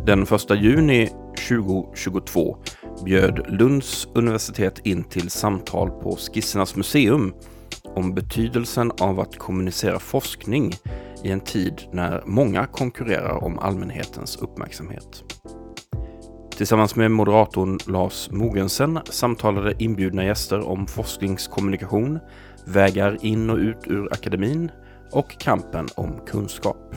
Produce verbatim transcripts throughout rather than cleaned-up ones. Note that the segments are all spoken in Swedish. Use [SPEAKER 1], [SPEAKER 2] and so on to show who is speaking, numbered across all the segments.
[SPEAKER 1] Den första juni tjugohundratjugotvå bjöd Lunds universitet in till samtal på Skissernas museum om betydelsen av att kommunicera forskning i en tid när många konkurrerar om allmänhetens uppmärksamhet. Tillsammans med moderatorn Lars Mogensen samtalade inbjudna gäster om forskningskommunikation, vägar in och ut ur akademin och kampen om kunskap.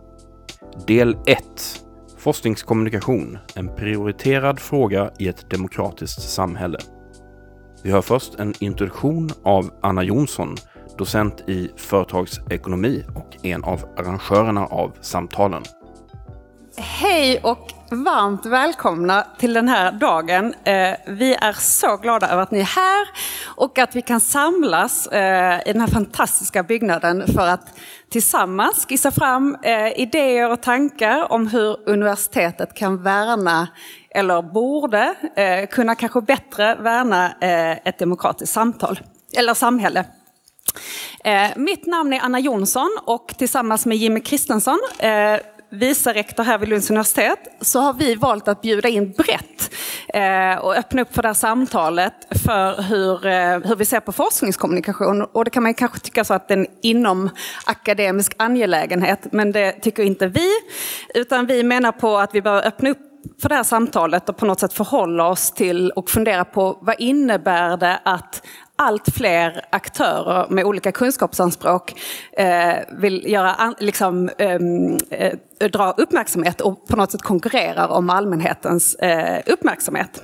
[SPEAKER 1] Del ett. Forskningskommunikation, en prioriterad fråga i ett demokratiskt samhälle. Vi hör först en introduktion av Anna Jonsson, docent i företagsekonomi och en av arrangörerna av samtalen.
[SPEAKER 2] Hej och varmt välkomna till den här dagen. Vi är så glada över att ni är här och att vi kan samlas i den här fantastiska byggnaden för att tillsammans skissa fram idéer och tankar om hur universitetet kan värna eller borde kunna kanske bättre värna ett demokratiskt samtal eller samhälle. Mitt namn är Anna Jonsson och tillsammans med Jimmy Kristensson, vice rektor här vid Lunds universitet, så har vi valt att bjuda in brett eh, och öppna upp för det här samtalet för hur, eh, hur vi ser på forskningskommunikation. Och det kan man kanske tycka så att det är en inom akademisk angelägenhet, men det tycker inte vi. Utan vi menar på att vi bör öppna upp för det här samtalet och på något sätt förhålla oss till och fundera på vad innebär det att allt fler aktörer med olika kunskapsanspråk eh, vill göra, liksom, eh, dra uppmärksamhet och på något sätt konkurrerar om allmänhetens eh, uppmärksamhet.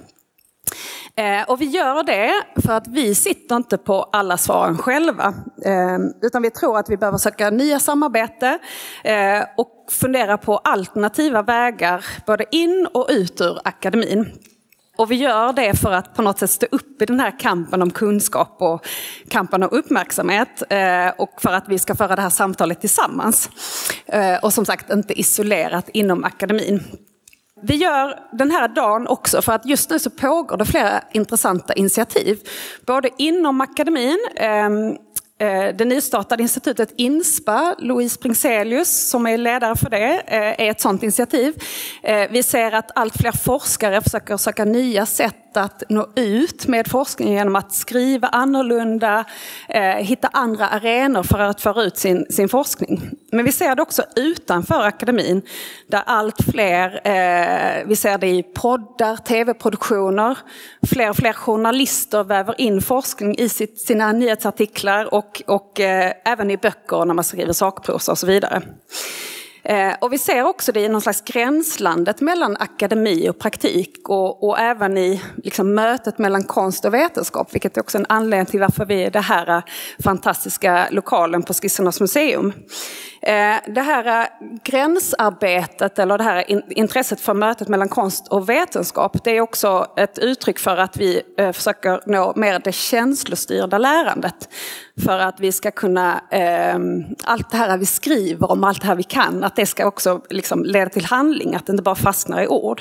[SPEAKER 2] Eh, och vi gör det för att vi sitter inte på alla svaren själva, eh, utan vi tror att vi behöver söka nya samarbete eh, och fundera på alternativa vägar både in och ut ur akademin. Och vi gör det för att på något sätt stå upp i den här kampen om kunskap och kampen om uppmärksamhet eh, och för att vi ska föra det här samtalet tillsammans. Eh, och som sagt inte isolerat inom akademin. Vi gör den här dagen också för att just nu så pågår det flera intressanta initiativ. Både inom akademin, eh, det nystartade institutet INSPA, Louise Bringselius som är ledare för det, är ett sådant initiativ. Vi ser att allt fler forskare försöker söka nya sätt att nå ut med forskning genom att skriva annorlunda, hitta andra arenor för att föra ut sin, sin forskning. Men vi ser det också utanför akademin där allt fler, vi ser det i poddar, tv-produktioner, fler och fler journalister väver in forskning i sitt, sina nyhetsartiklar och Och, och eh, även i böcker när man skriver sakprosa och så vidare. Eh, och vi ser också det i någon slags gränslandet mellan akademi och praktik och, och även i liksom, mötet mellan konst och vetenskap, vilket är också en anledning till varför vi är det här fantastiska lokalen på Skissernas museum. Eh, det här gränsarbetet eller det här in, intresset för mötet mellan konst och vetenskap, det är också ett uttryck för att vi eh, försöker nå mer det känslostyrda lärandet. För att vi ska kunna, eh, allt det här vi skriver om, allt det här vi kan, att det ska också liksom leda till handling, att det inte bara fastnar i ord.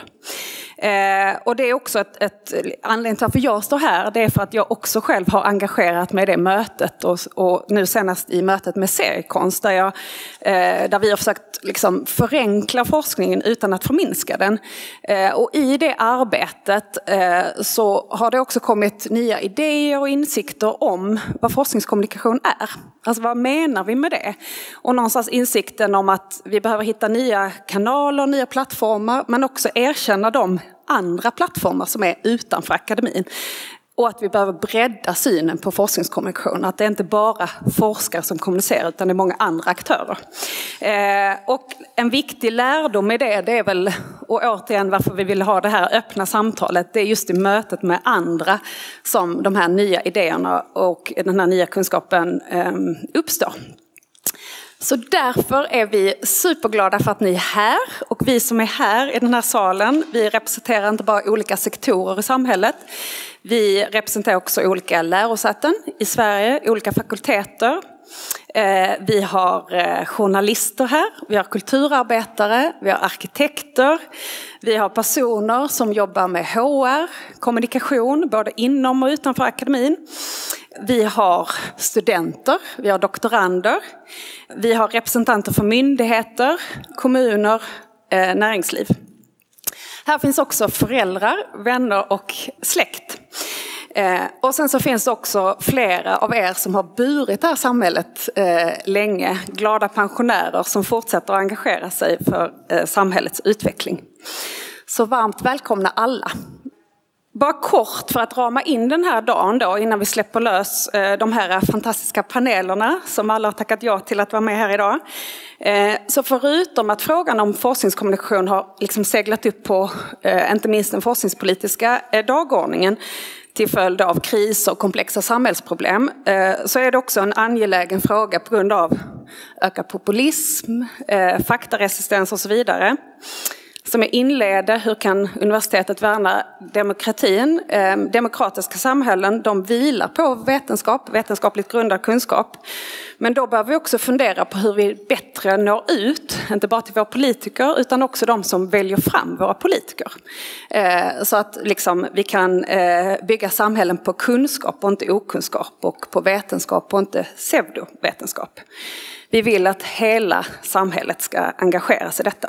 [SPEAKER 2] Eh, och det är också ett, ett anledning till varför jag står här, det är för att jag också själv har engagerat mig i det mötet och, och nu senast i mötet med seriekonst där, jag, eh, där vi har försökt liksom förenkla forskningen utan att förminska den. Eh, och i det arbetet eh, så har det också kommit nya idéer och insikter om vad forskningskommunikation är. Alltså vad menar vi med det? Och någonstans insikten om att vi behöver hitta nya kanaler, nya plattformar, men också erkänna de andra plattformar som är utanför akademin. Och att vi behöver bredda synen på forskningskommunikation. Att det är inte bara forskare som kommunicerar utan det är många andra aktörer. Eh, och en viktig lärdom i det, det är väl, och återigen varför vi vill ha det här öppna samtalet, det är just i mötet med andra som de här nya idéerna och den här nya kunskapen eh, uppstår. Så därför är vi superglada för att ni är här, och vi som är här i den här salen, vi representerar inte bara olika sektorer i samhället, vi representerar också olika lärosäten i Sverige, olika fakulteter. Vi har journalister här, vi har kulturarbetare, vi har arkitekter, vi har personer som jobbar med H R, kommunikation, både inom och utanför akademin. Vi har studenter, vi har doktorander, vi har representanter för myndigheter, kommuner, näringsliv. Här finns också föräldrar, vänner och släkt. Eh, och sen så finns det också flera av er som har burit det här samhället eh, länge. Glada pensionärer som fortsätter att engagera sig för eh, samhällets utveckling. Så varmt välkomna alla. Bara kort för att rama in den här dagen då, innan vi släpper lös eh, de här fantastiska panelerna som alla har tackat ja till att vara med här idag. Eh, så förutom att frågan om forskningskommunikation har liksom seglat upp på eh, inte minst den forskningspolitiska eh, dagordningen till följd av kris och komplexa samhällsproblem, eh, så är det också en angelägen fråga på grund av ökad populism, eh, faktaresistens och så vidare. Som jag inleder, hur kan universitetet värna demokratin? Eh, demokratiska samhällen, de vilar på vetenskap, vetenskapligt grundad kunskap. Men då behöver vi också fundera på hur vi bättre når ut, inte bara till våra politiker utan också de som väljer fram våra politiker. Eh, så att liksom, vi kan eh, bygga samhällen på kunskap och inte okunskap, och på vetenskap och inte pseudovetenskap. Vi vill att hela samhället ska engagera sig i detta.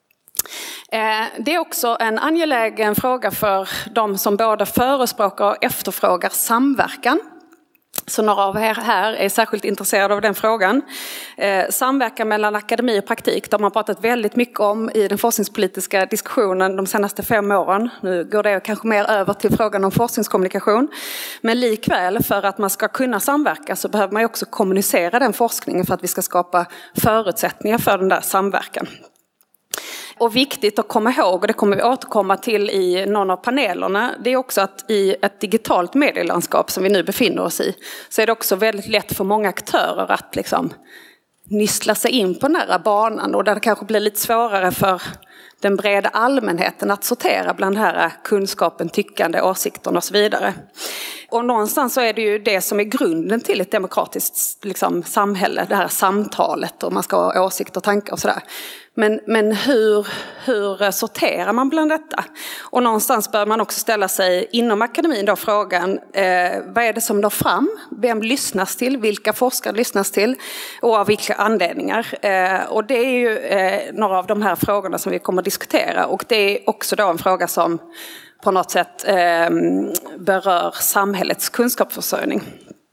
[SPEAKER 2] Det är också en angelägen fråga för de som både förespråkar och efterfrågar samverkan. Så några av er här är särskilt intresserade av den frågan. Samverkan mellan akademi och praktik, de har pratat väldigt mycket om i den forskningspolitiska diskussionen de senaste fem åren. Nu går det kanske mer över till frågan om forskningskommunikation. Men likväl, för att man ska kunna samverka så behöver man också kommunicera den forskningen för att vi ska skapa förutsättningar för den där samverkan. Och viktigt att komma ihåg, och det kommer vi återkomma till i någon av panelerna, det är också att i ett digitalt medielandskap som vi nu befinner oss i så är det också väldigt lätt för många aktörer att liksom nystla sig in på den här banan, och där det kanske blir lite svårare för den breda allmänheten att sortera bland den här kunskapen, tyckande, åsikterna och så vidare. Och någonstans så är det ju det som är grunden till ett demokratiskt liksom, samhälle, det här samtalet, och man ska ha åsikter och tankar och sådär. Men, men hur, hur sorterar man bland detta? Och någonstans bör man också ställa sig inom akademin då frågan, eh, vad är det som når fram? Vem lyssnas till? Vilka forskare lyssnas till? Och av vilka anledningar? Eh, och det är ju eh, några av de här frågorna som vi kommer att diskutera. Och det är också då en fråga som på något sätt eh, berör samhällets kunskapsförsörjning.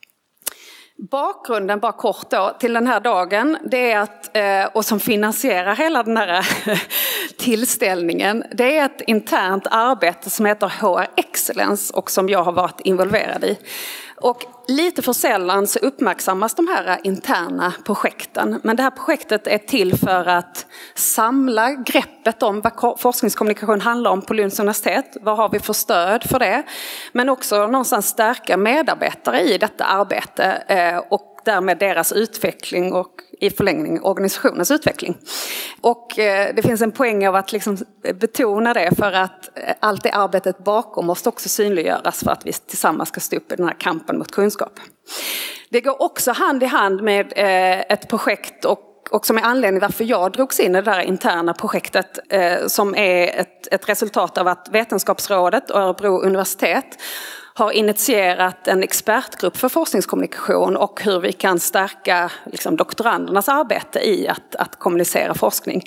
[SPEAKER 2] Bakgrunden, bara kort då, till den här dagen, det är att, och som finansierar hela den här tillställningen, det är ett internt arbete som heter H R Excellence och som jag har varit involverad i. Och lite för sällan så uppmärksammas de här interna projekten. Men det här projektet är till för att samla greppet om vad forskningskommunikation handlar om på Lunds universitet. Vad har vi för stöd för det? Men också någonstans stärka medarbetare i detta arbete och därmed deras utveckling och i förlängning organisationens utveckling. Och det finns en poäng av att liksom betona det, för att allt det arbetet bakom måste också synliggöras för att vi tillsammans ska stå upp i den här kampen mot kunskap. Det går också hand i hand med ett projekt och och som är anledningen varför jag drogs in i det där interna projektet eh, som är ett, ett resultat av att Vetenskapsrådet och Örebro universitet har initierat en expertgrupp för forskningskommunikation och hur vi kan stärka liksom, doktorandernas arbete i att, att kommunicera forskning.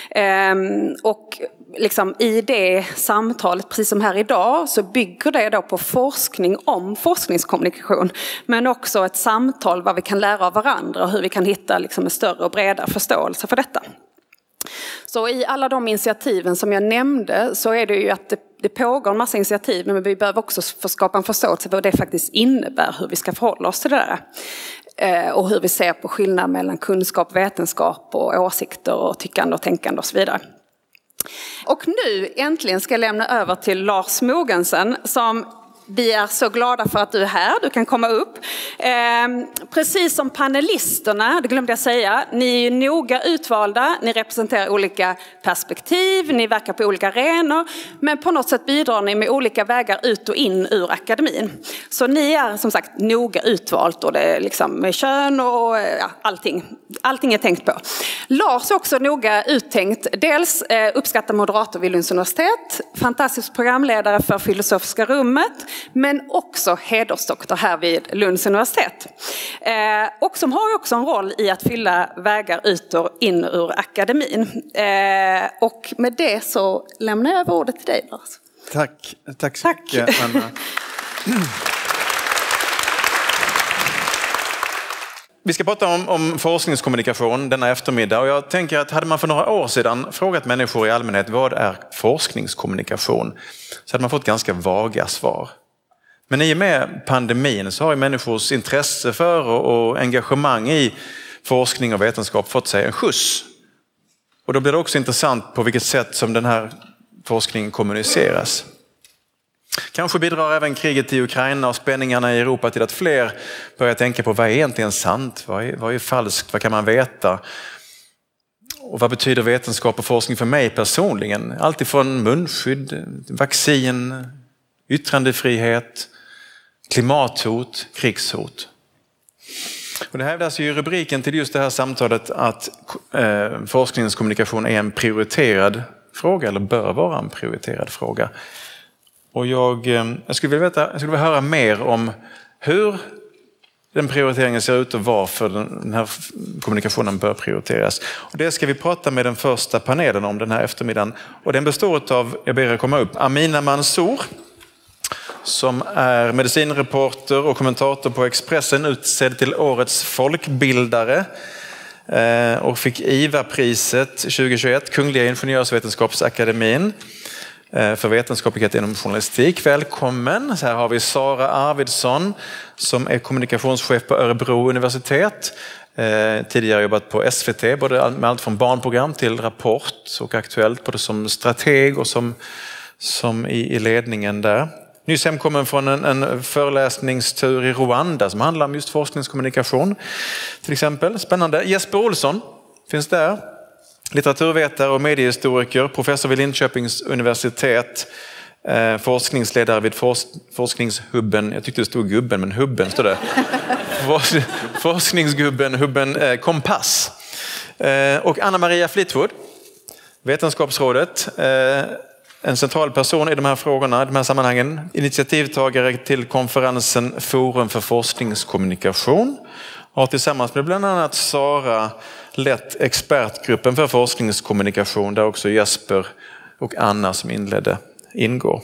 [SPEAKER 2] Ehm, och liksom, i det samtalet, precis som här idag, så bygger det då på forskning om forskningskommunikation, men också ett samtal vad vi kan lära av varandra och hur vi kan hitta liksom, en större och bredare förståelse för detta. Så i alla de initiativen som jag nämnde så är det ju att det, det pågår en massa initiativ, men vi behöver också få skapa en förståelse för vad det faktiskt innebär, hur vi ska förhålla oss till det där. Eh, och hur vi ser på skillnad mellan kunskap, vetenskap och åsikter och tyckande och tänkande och så vidare. Och nu äntligen ska jag lämna över till Lars Mogensen som vi är så glada för att du är här, du kan komma upp. Eh, precis som panelisterna, det glömde jag säga, ni är noga utvalda, ni representerar olika perspektiv, ni verkar på olika arenor, men på något sätt bidrar ni med olika vägar ut och in ur akademin. Så ni är som sagt noga utvalt, och det är liksom med kön och ja, allting. Allting är tänkt på. Lars är också noga uttänkt. Dels eh, uppskattar moderator vid Lunds universitet, fantastisk programledare för Filosofiska rummet, men också hedersdoktor här vid Lunds universitet. Eh, och som har också en roll i att fylla vägar ut och in ur akademin. Eh, och med det så lämnar jag över ordet till dig, Lars.
[SPEAKER 3] Tack, tack så
[SPEAKER 2] Tack.
[SPEAKER 3] mycket, Anna. Vi ska prata om, om forskningskommunikation denna eftermiddag och jag tänker att hade man för några år sedan frågat människor i allmänhet vad är forskningskommunikation så hade man fått ganska vaga svar. Men i och med pandemin så har ju människors intresse för och, och engagemang i forskning och vetenskap fått sig en skjuts. Och då blir det också intressant på vilket sätt som den här forskningen kommuniceras. Kanske bidrar även kriget i Ukraina och spänningarna i Europa till att fler börjar tänka på vad är egentligen sant, vad är, vad är falskt, vad kan man veta? Och vad betyder vetenskap och forskning för mig personligen? Allt ifrån munskydd, vaccin, yttrandefrihet, klimathot, krigshot. Och det hävdas ju i rubriken till just det här samtalet att eh, forskningskommunikation är en prioriterad fråga eller bör vara en prioriterad fråga. Och jag, jag, skulle vilja veta, jag skulle vilja höra mer om hur den prioriteringen ser ut och varför den här kommunikationen bör prioriteras. Och det ska vi prata med den första panelen om den här eftermiddagen. Och den består av, jag ber er komma upp, Amina Mansour som är medicinreporter och kommentator på Expressen, utsedd till årets folkbildare och fick I V A-priset tjugohundratjugoett, Kungliga Ingenjörsvetenskapsakademin för vetenskaplighet inom journalistik. Välkommen. Så här har vi Sara Arvidsson som är kommunikationschef på Örebro universitet. Eh, tidigare jobbat på S V T, både med allt från barnprogram till Rapport och Aktuellt, både som strateg och som, som i, i ledningen där. Nyss hemkommen från en, en föreläsningstur i Rwanda som handlar om just forskningskommunikation till exempel. Spännande. Jesper Olsson finns där. Litteraturvetare och mediehistoriker, professor vid Linköpings universitet, eh, forskningsledare vid forsk, forskningshubben, jag tyckte det stod gubben men hubben står det, Fors, forskningsgubben, hubben eh, Kompass. Eh, och Anna-Maria Fleetwood, Vetenskapsrådet, eh, en central person i de här frågorna, i de här sammanhangen, initiativtagare till konferensen Forum för forskningskommunikation. Har tillsammans med bland annat Sara lett expertgruppen för forskningskommunikation där också Jesper och Anna som inledde ingår.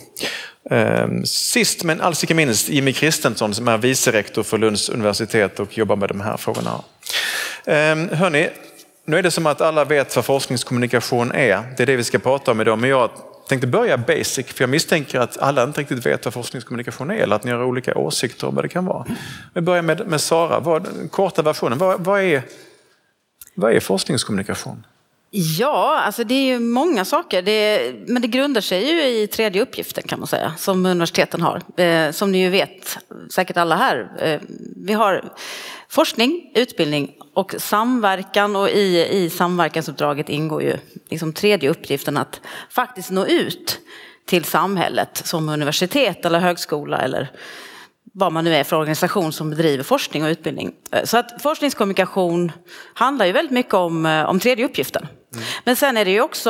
[SPEAKER 3] Sist men alls icke minst Jimmy Kristensson som är vicerektor för Lunds universitet och jobbar med de här frågorna. Hörrni, nu är det som att alla vet vad forskningskommunikation är. Det är det vi ska prata om idag, men jag tänkte börja basic för jag misstänker att alla inte riktigt vet vad forskningskommunikation är eller att ni har olika åsikter om vad det kan vara. Vi börjar med, med Sara, vad, den korta versionen. Vad, vad, är, vad är forskningskommunikation?
[SPEAKER 4] Ja, alltså det är ju många saker. Det, men det grundar sig ju i tredje uppgiften kan man säga, som universiteten har. Eh, som ni ju vet, säkert alla här. Eh, vi har forskning, utbildning och samverkan. Och i, i samverkansuppdraget ingår ju liksom tredje uppgiften att faktiskt nå ut till samhället som universitet eller högskola eller vad man nu är för organisation som bedriver forskning och utbildning. Så att forskningskommunikation handlar ju väldigt mycket om, om tredje uppgiften. Mm. Men sen är det ju också,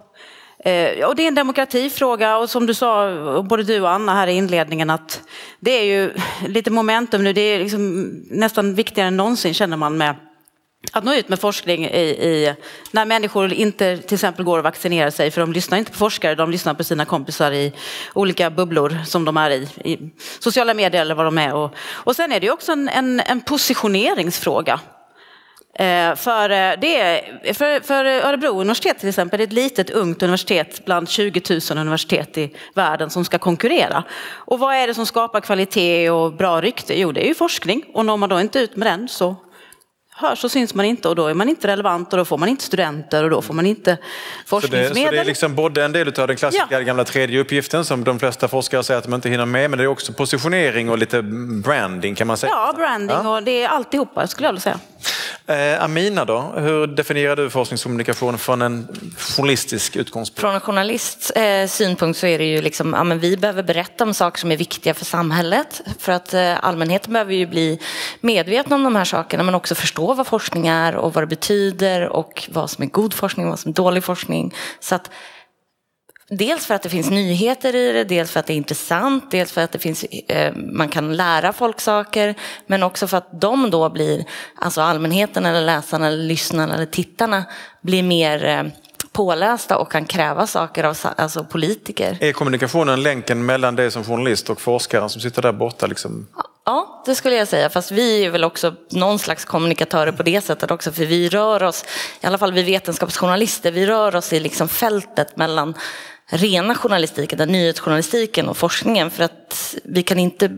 [SPEAKER 4] och det är en demokratifråga och som du sa, både du och Anna här i inledningen, att det är ju lite momentum nu, det är liksom nästan viktigare än någonsin känner man med att nå ut med forskning i, i, när människor inte till exempel går och vaccinerar sig för de lyssnar inte på forskare, de lyssnar på sina kompisar i olika bubblor som de är i, i sociala medier eller vad de är. Och, och sen är det ju också en, en, en positioneringsfråga. Eh, för, det är, för, för Örebro universitet till exempel är ett litet ungt universitet bland tjugo tusen universitet i världen som ska konkurrera. Och vad är det som skapar kvalitet och bra rykte? Jo, det är ju forskning. Och når man då inte ut med den så hörs så syns man inte och då är man inte relevant och då får man inte studenter och då får man inte forskningsmedel. Så det, så det är liksom både en del av den klassiska ja. gamla tredje uppgiften som de flesta forskare säger att de inte hinner med, men det är också positionering och lite branding kan man säga. Ja, branding ja. och det är alltihopa skulle jag vilja säga. Eh, Amina då, hur definierar du forskningskommunikation från en journalistisk utgångspunkt?
[SPEAKER 5] Från en journalists eh, synpunkt så är det ju liksom, ja, men vi behöver berätta om saker som är viktiga för samhället för att eh, allmänheten behöver ju bli medvetna om de här sakerna men också förstå vad forskning är och vad det betyder och vad som är god forskning och vad som är dålig forskning. Så att dels för att det finns nyheter i det, dels för att det är intressant, dels för att det finns, eh, man kan lära folk saker, men också för att de då blir, alltså allmänheten eller läsarna eller lyssnarna eller tittarna blir mer eh, pålästa och kan kräva saker av alltså politiker.
[SPEAKER 3] Är kommunikationen länken mellan dig som journalist och forskaren som sitter där borta? Liksom?
[SPEAKER 5] Ja, det skulle jag säga. Fast vi är väl också någon slags kommunikatörer på det sättet också. För vi rör oss, i alla fall vi vetenskapsjournalister, vi rör oss i liksom fältet mellan rena journalistiken, den nyhetsjournalistiken och forskningen. För att vi kan inte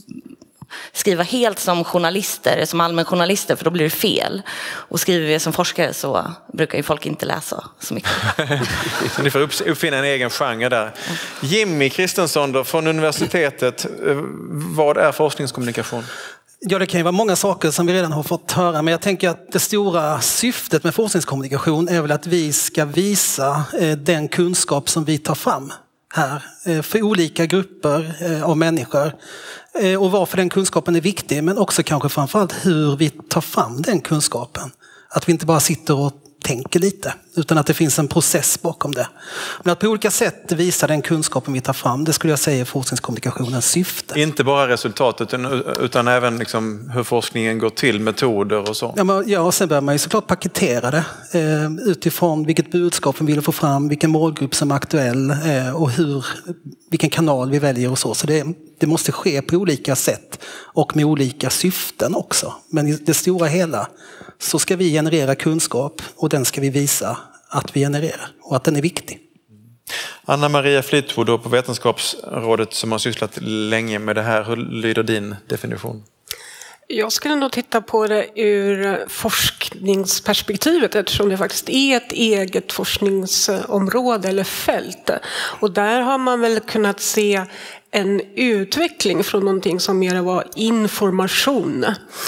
[SPEAKER 5] skriva helt som journalister, som allmänjournalister, för då blir det fel. Och skriver vi som forskare så brukar ju folk inte läsa så mycket.
[SPEAKER 3] Så ni får uppfinna en egen genre där. Jimmy Kristensson då, från universitetet, vad är forskningskommunikation?
[SPEAKER 6] Ja, det kan ju vara många saker som vi redan har fått höra, men jag tänker att det stora syftet med forskningskommunikation är väl att vi ska visa den kunskap som vi tar fram här för olika grupper av människor och varför den kunskapen är viktig, men också kanske framförallt hur vi tar fram den kunskapen. Att vi inte bara sitter och tänker lite, utan att det finns en process bakom det. Men att på olika sätt visa den kunskapen vi tar fram, det skulle jag säga är forskningskommunikationens syfte.
[SPEAKER 3] Inte bara resultatet utan även liksom hur forskningen går till, metoder och så.
[SPEAKER 6] Ja, men, ja, och sen börjar man ju såklart paketera det eh, utifrån vilket budskap vi vill få fram, vilken målgrupp som är aktuell eh, och hur, vilken kanal vi väljer och så. Så det, det måste ske på olika sätt och med olika syften också. Men i det stora hela så ska vi generera kunskap och den ska vi visa att vi genererar och att den är viktig.
[SPEAKER 3] Anna-Maria Fleetwood då på Vetenskapsrådet som har sysslat länge med det här. Hur lyder din definition?
[SPEAKER 7] Jag skulle nog titta på det ur forskningsperspektivet eftersom det faktiskt är ett eget forskningsområde eller fält. Och där har man väl kunnat se en utveckling från någonting som mer var information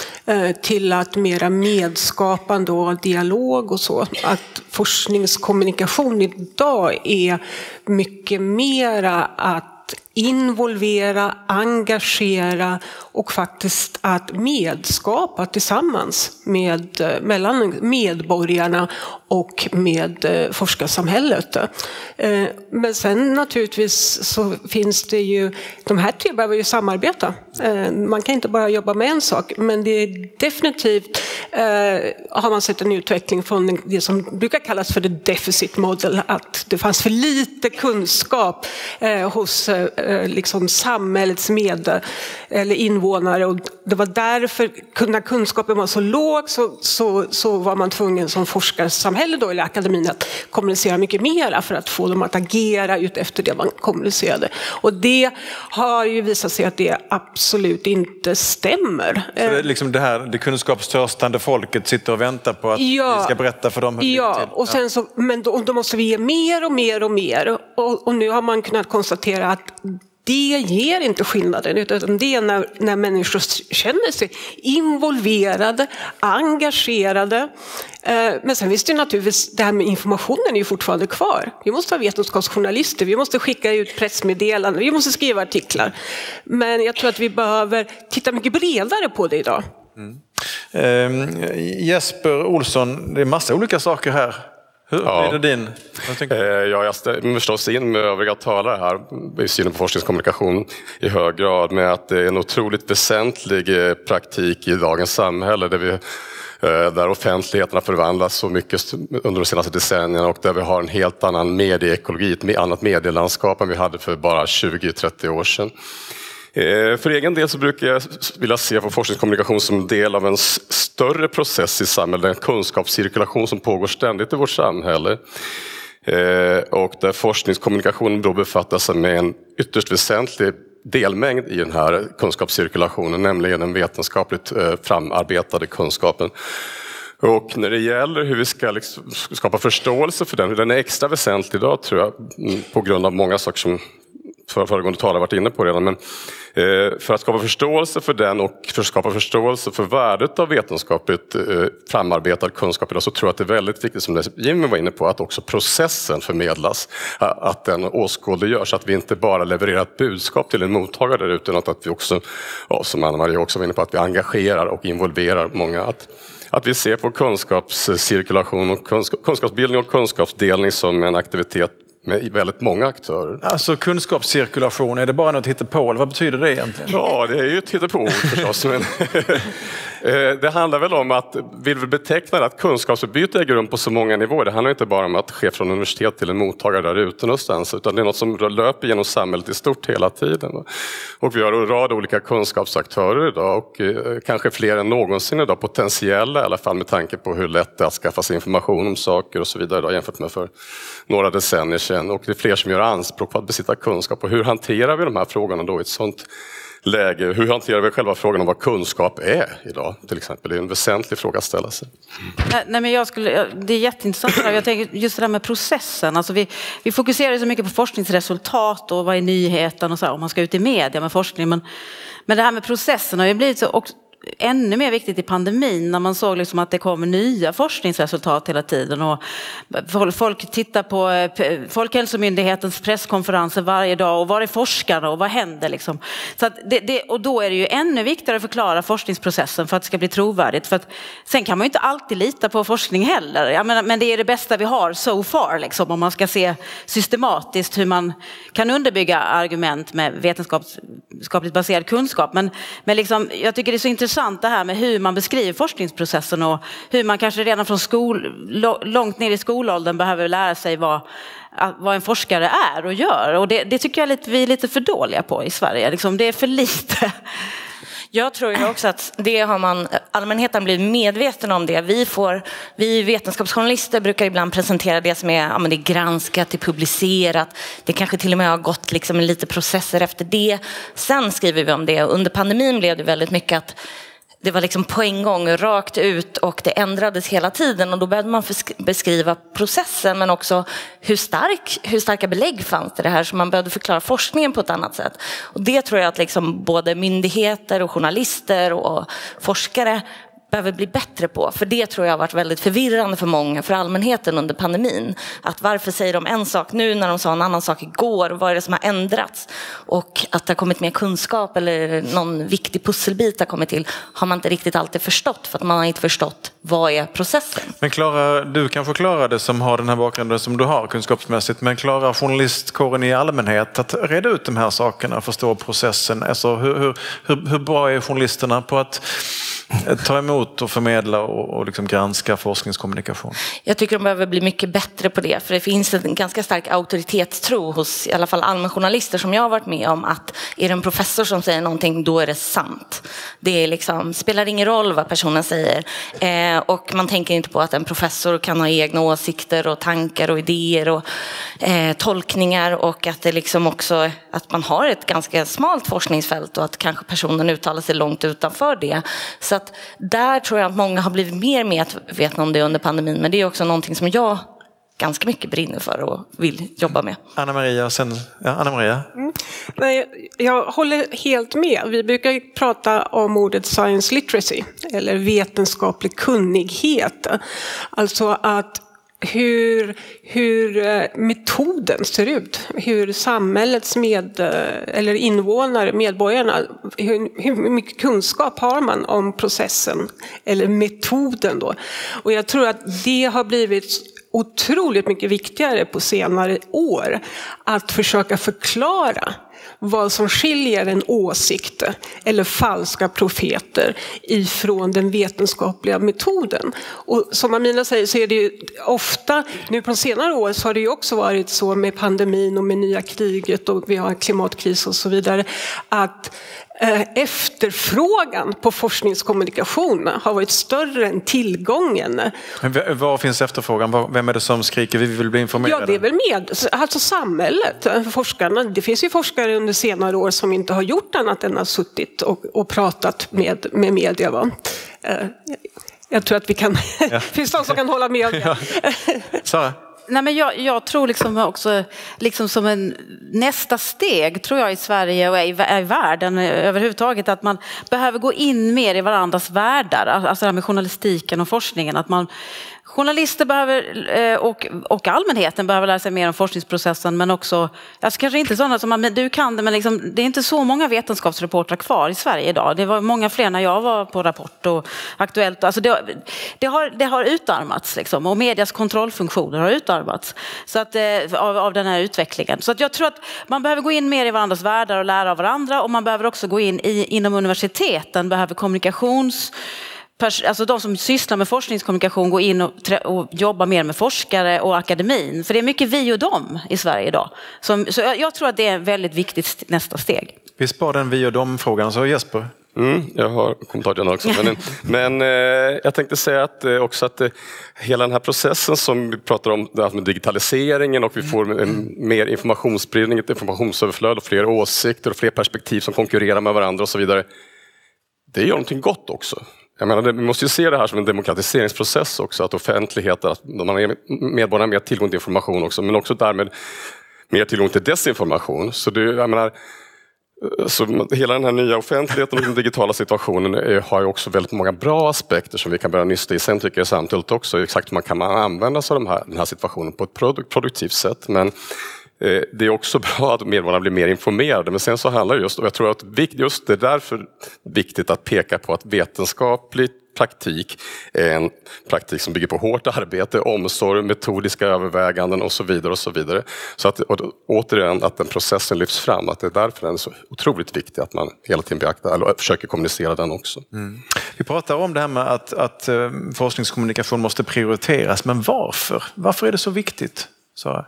[SPEAKER 7] till att mera medskapande och dialog och så. Att forskningskommunikation idag är mycket mera att involvera, engagera och faktiskt att medskapa tillsammans med, mellan medborgarna och med forskarsamhället. Men sen naturligtvis så finns det ju, de här tre behöver ju samarbeta. Man kan inte bara jobba med en sak, men det är definitivt har man sett en utveckling från det som brukar kallas för the deficit model, att det fanns för lite kunskap hos liksom samhällets med eller invånare och det var därför när kunskapen var så låg så, så, så var man tvungen som forskarsamhälle då, eller akademin att kommunicera mycket mera för att få dem att agera ut efter det man kommunicerade. Och det har ju visat sig att det absolut inte stämmer.
[SPEAKER 3] Så det, är liksom det här det kunskapstörstande folket sitter och väntar på att ja, vi ska berätta för dem hur
[SPEAKER 7] ja,
[SPEAKER 3] det till.
[SPEAKER 7] Och sen så, men då, då måste vi ge mer och mer och mer och, och nu har man kunnat konstatera att det ger inte skillnaden, utan det är när, när människor känner sig involverade, engagerade. Men sen visst är det naturligtvis, det här med informationen är ju fortfarande kvar. Vi måste vara vetenskapsjournalister, vi måste skicka ut pressmeddelanden, vi måste skriva artiklar. Men jag tror att vi behöver titta mycket bredare på det idag.
[SPEAKER 3] Mm. Eh, Jesper Olsson, det är massa olika saker här. Hur
[SPEAKER 8] ja.
[SPEAKER 3] är det din?
[SPEAKER 8] Eh, ja, jag stämmer förstås in med övriga talare här i synen på forskningskommunikation i hög grad med att det är en otroligt väsentlig praktik i dagens samhälle där, vi, eh, där offentligheten har förvandlats så mycket under de senaste decennierna och där vi har en helt annan medieekologi, ett annat medielandskap än vi hade för bara tjugo till trettio år sedan. För egen del så brukar jag vilja se på forskningskommunikation som del av en större process i samhället, en kunskapscirkulation som pågår ständigt i vårt samhälle. Och där forskningskommunikation då befattar sig med en ytterst väsentlig delmängd i den här kunskapscirkulationen, nämligen den vetenskapligt framarbetade kunskapen. Och när det gäller hur vi ska liksom skapa förståelse för den, den är extra väsentlig idag tror jag, på grund av många saker som för föregående talare varit inne på redan, men eh, för att skapa förståelse för den och för att skapa förståelse för värdet av vetenskapligt eh, framarbetad kunskap idag så tror jag att det är väldigt viktigt, som Jimmy var inne på, att också processen förmedlas, att den åskådliggörs, att vi inte bara levererar ett budskap till en mottagare där utan att vi också, ja, som Anna-Maria också var inne på, att vi engagerar och involverar många, att Att vi ser på kunskapscirkulation och kunskapsbildning och kunskapsdelning som en aktivitet med väldigt många aktörer.
[SPEAKER 3] Alltså kunskapscirkulation, är det bara något hittepå? Vad betyder det egentligen?
[SPEAKER 8] Ja, det är ju ett hittepå förstås. Men det handlar väl om att vi vill beteckna att kunskapsutbyte äger rum på så många nivåer. Det handlar inte bara om att ske från universitet till en mottagare där ute någonstans, utan det är något som löper genom samhället i stort hela tiden. Och vi har en rad olika kunskapsaktörer idag och kanske fler än någonsin idag, potentiella i alla fall med tanke på hur lätt det är att skaffa sig information om saker och så vidare idag, jämfört med för några decennier sedan. Och det är fler som gör anspråk på att besitta kunskap. Och hur hanterar vi de här frågorna då i ett sånt läge? Hur hanterar vi själva frågan om vad kunskap är idag? Till exempel, det är en väsentlig fråga att ställa sig.
[SPEAKER 4] Nej, nej, men jag skulle, det är jätteintressant. Jag tänker just det där med processen. Alltså vi, vi fokuserar så mycket på forskningsresultat och vad är nyheten och så här, om man ska ut i media med forskning. Men, men det här med processen har ju blivit så också ännu mer viktigt i pandemin, när man såg liksom att det kommer nya forskningsresultat hela tiden och folk tittar på Folkhälsomyndighetens presskonferenser varje dag och var är forskarna och vad händer liksom. Så att det, det, och då är det ju ännu viktigare att förklara forskningsprocessen för att det ska bli trovärdigt, för att sen kan man ju inte alltid lita på forskning heller. Jag menar, men det är det bästa vi har so far liksom, om man ska se systematiskt hur man kan underbygga argument med vetenskapligt baserad kunskap. Men, men liksom, jag tycker det är så intressant det här med hur man beskriver forskningsprocessen och hur man kanske redan från skol, långt ner i skolåldern behöver lära sig vad, vad en forskare är och gör. Och det, det tycker jag lite, vi är lite för dåliga på i Sverige. Liksom, det är för lite.
[SPEAKER 5] Jag tror ju också att det har man, allmänheten blir medveten om det. Vi, får, vi vetenskapsjournalister brukar ibland presentera det som är, ja, men det är granskat, det är publicerat. Det kanske till och med har gått liksom lite processer efter det. Sen skriver vi om det. Under pandemin blev det väldigt mycket att det var liksom på en gång rakt ut och det ändrades hela tiden, och då började man beskriva processen men också hur, stark, hur starka belägg fanns det här, så man började förklara forskningen på ett annat sätt. Och det tror jag att liksom både myndigheter och journalister och forskare behöver bli bättre på. För det tror jag har varit väldigt förvirrande för många, för allmänheten under pandemin. Att varför säger de en sak nu när de sa en annan sak igår? Vad är det som har ändrats? Och att det har kommit mer kunskap eller någon viktig pusselbit har kommit till har man inte riktigt alltid förstått, för att man har inte förstått vad är processen.
[SPEAKER 3] Men Klara, du kan förklara det som har den här bakgrunden som du har kunskapsmässigt, men klarar journalistkåren i allmänhet att reda ut de här sakerna, förstå processen? Alltså hur, hur, hur, hur bra är journalisterna på att ta emot och förmedla och, och liksom granska forskningskommunikation?
[SPEAKER 5] Jag tycker de behöver bli mycket bättre på det, för det finns en ganska stark auktoritetstro hos i alla fall allmänjournalister som jag har varit med om, att är det en professor som säger någonting, då är det sant. Det är liksom, spelar ingen roll vad personen säger, eh, och man tänker inte på att en professor kan ha egna åsikter och tankar och idéer och eh, tolkningar, och att det liksom också att man har ett ganska smalt forskningsfält och att kanske personen uttalar sig långt utanför det. Så att där tror jag att många har blivit mer medvetna om det under pandemin, men det är också någonting som jag ganska mycket brinner för och vill jobba med.
[SPEAKER 3] Anna-Maria, sen, ja, Anna-Maria.
[SPEAKER 7] Mm. Nej, jag håller helt med. Vi brukar prata om ordet science literacy, eller vetenskaplig kunnighet. Alltså att hur, hur metoden ser ut, hur samhällets med, eller invånare, medborgarna, hur, hur mycket kunskap har man om processen eller metoden då. Och jag tror att det har blivit otroligt mycket viktigare på senare år att försöka förklara vad som skiljer en åsikt eller falska profeter ifrån den vetenskapliga metoden. Och som Amina säger så är det ju ofta, nu på senare år så har det ju också varit så med pandemin och med nya kriget och vi har klimatkris och så vidare, att efterfrågan på forskningskommunikation har varit större än tillgången.
[SPEAKER 3] Men var finns efterfrågan? Vem är det som skriker vi vill bli informerade?
[SPEAKER 7] Ja, det är väl med, alltså samhället, forskarna. Det finns ju forskare under senare år som inte har gjort annat än att suttit och, och pratat med, med media. Va? Jag tror att vi kan, ja. finns någon som kan hålla med om det. Ja.
[SPEAKER 3] Sara?
[SPEAKER 4] Nej, men jag, jag tror liksom också liksom som en nästa steg tror jag i Sverige och i, i världen överhuvudtaget, att man behöver gå in mer i varandras världar, alltså det här med journalistiken och forskningen, att man journalister behöver och, och allmänheten behöver lära sig mer om forskningsprocessen, men också, alltså kanske inte sådana som man, du kan det, men liksom, det är inte så många vetenskapsreportrar kvar i Sverige idag. Det var många fler när jag var på Rapport och Aktuellt. Alltså det, det, har, det har utarmats liksom, och medias kontrollfunktioner har utarmats. utarmats så att, av, av den här utvecklingen. Så att jag tror att man behöver gå in mer i varandras världar och lära av varandra, och man behöver också gå in i, inom universiteten, behöver kommunikations... Alltså de som sysslar med forskningskommunikation går in och, och jobbar mer med forskare och akademin. För det är mycket vi och dem i Sverige idag. Så, så jag, jag tror att det är ett väldigt viktigt nästa steg.
[SPEAKER 3] Vi spar den vi och dem-frågan, så Jesper.
[SPEAKER 8] Mm, jag har kommentar till den också. Men, men eh, jag tänkte säga att, eh, också att eh, hela den här processen som vi pratar om, det här med digitaliseringen, och vi får en mer informationsspridning, ett informationsöverflöd och fler åsikter och fler perspektiv som konkurrerar med varandra och så vidare. Det gör någonting gott också. Jag menar, vi måste ju se det här som en demokratiseringsprocess också, att offentlighet, att man har medborgarna mer tillgång till information också, men också därmed mer tillgång till desinformation. Så det, jag menar, så hela den här nya offentligheten och den digitala situationen är, har ju också väldigt många bra aspekter som vi kan börja nysta i. Sen tycker jag samtidigt också exakt hur man kan använda sig av de här, den här situationen på ett produk, produktivt sätt. Men eh, det är också bra att medborgarna blir mer informerade. Men sen så handlar det just, och jag tror att just det är därför viktigt att peka på att vetenskapligt praktik är en praktik som bygger på hårt arbete, omsorg, metodiska överväganden och så vidare och så vidare. Så att, och återigen, att den processen lyfts fram, att det är därför den är så otroligt viktig att man hela tiden beaktar eller försöker kommunicera den också.
[SPEAKER 3] Mm. Vi pratar om det här med att, att uh, forskningskommunikation måste prioriteras, men varför? Varför är det så viktigt, Sara?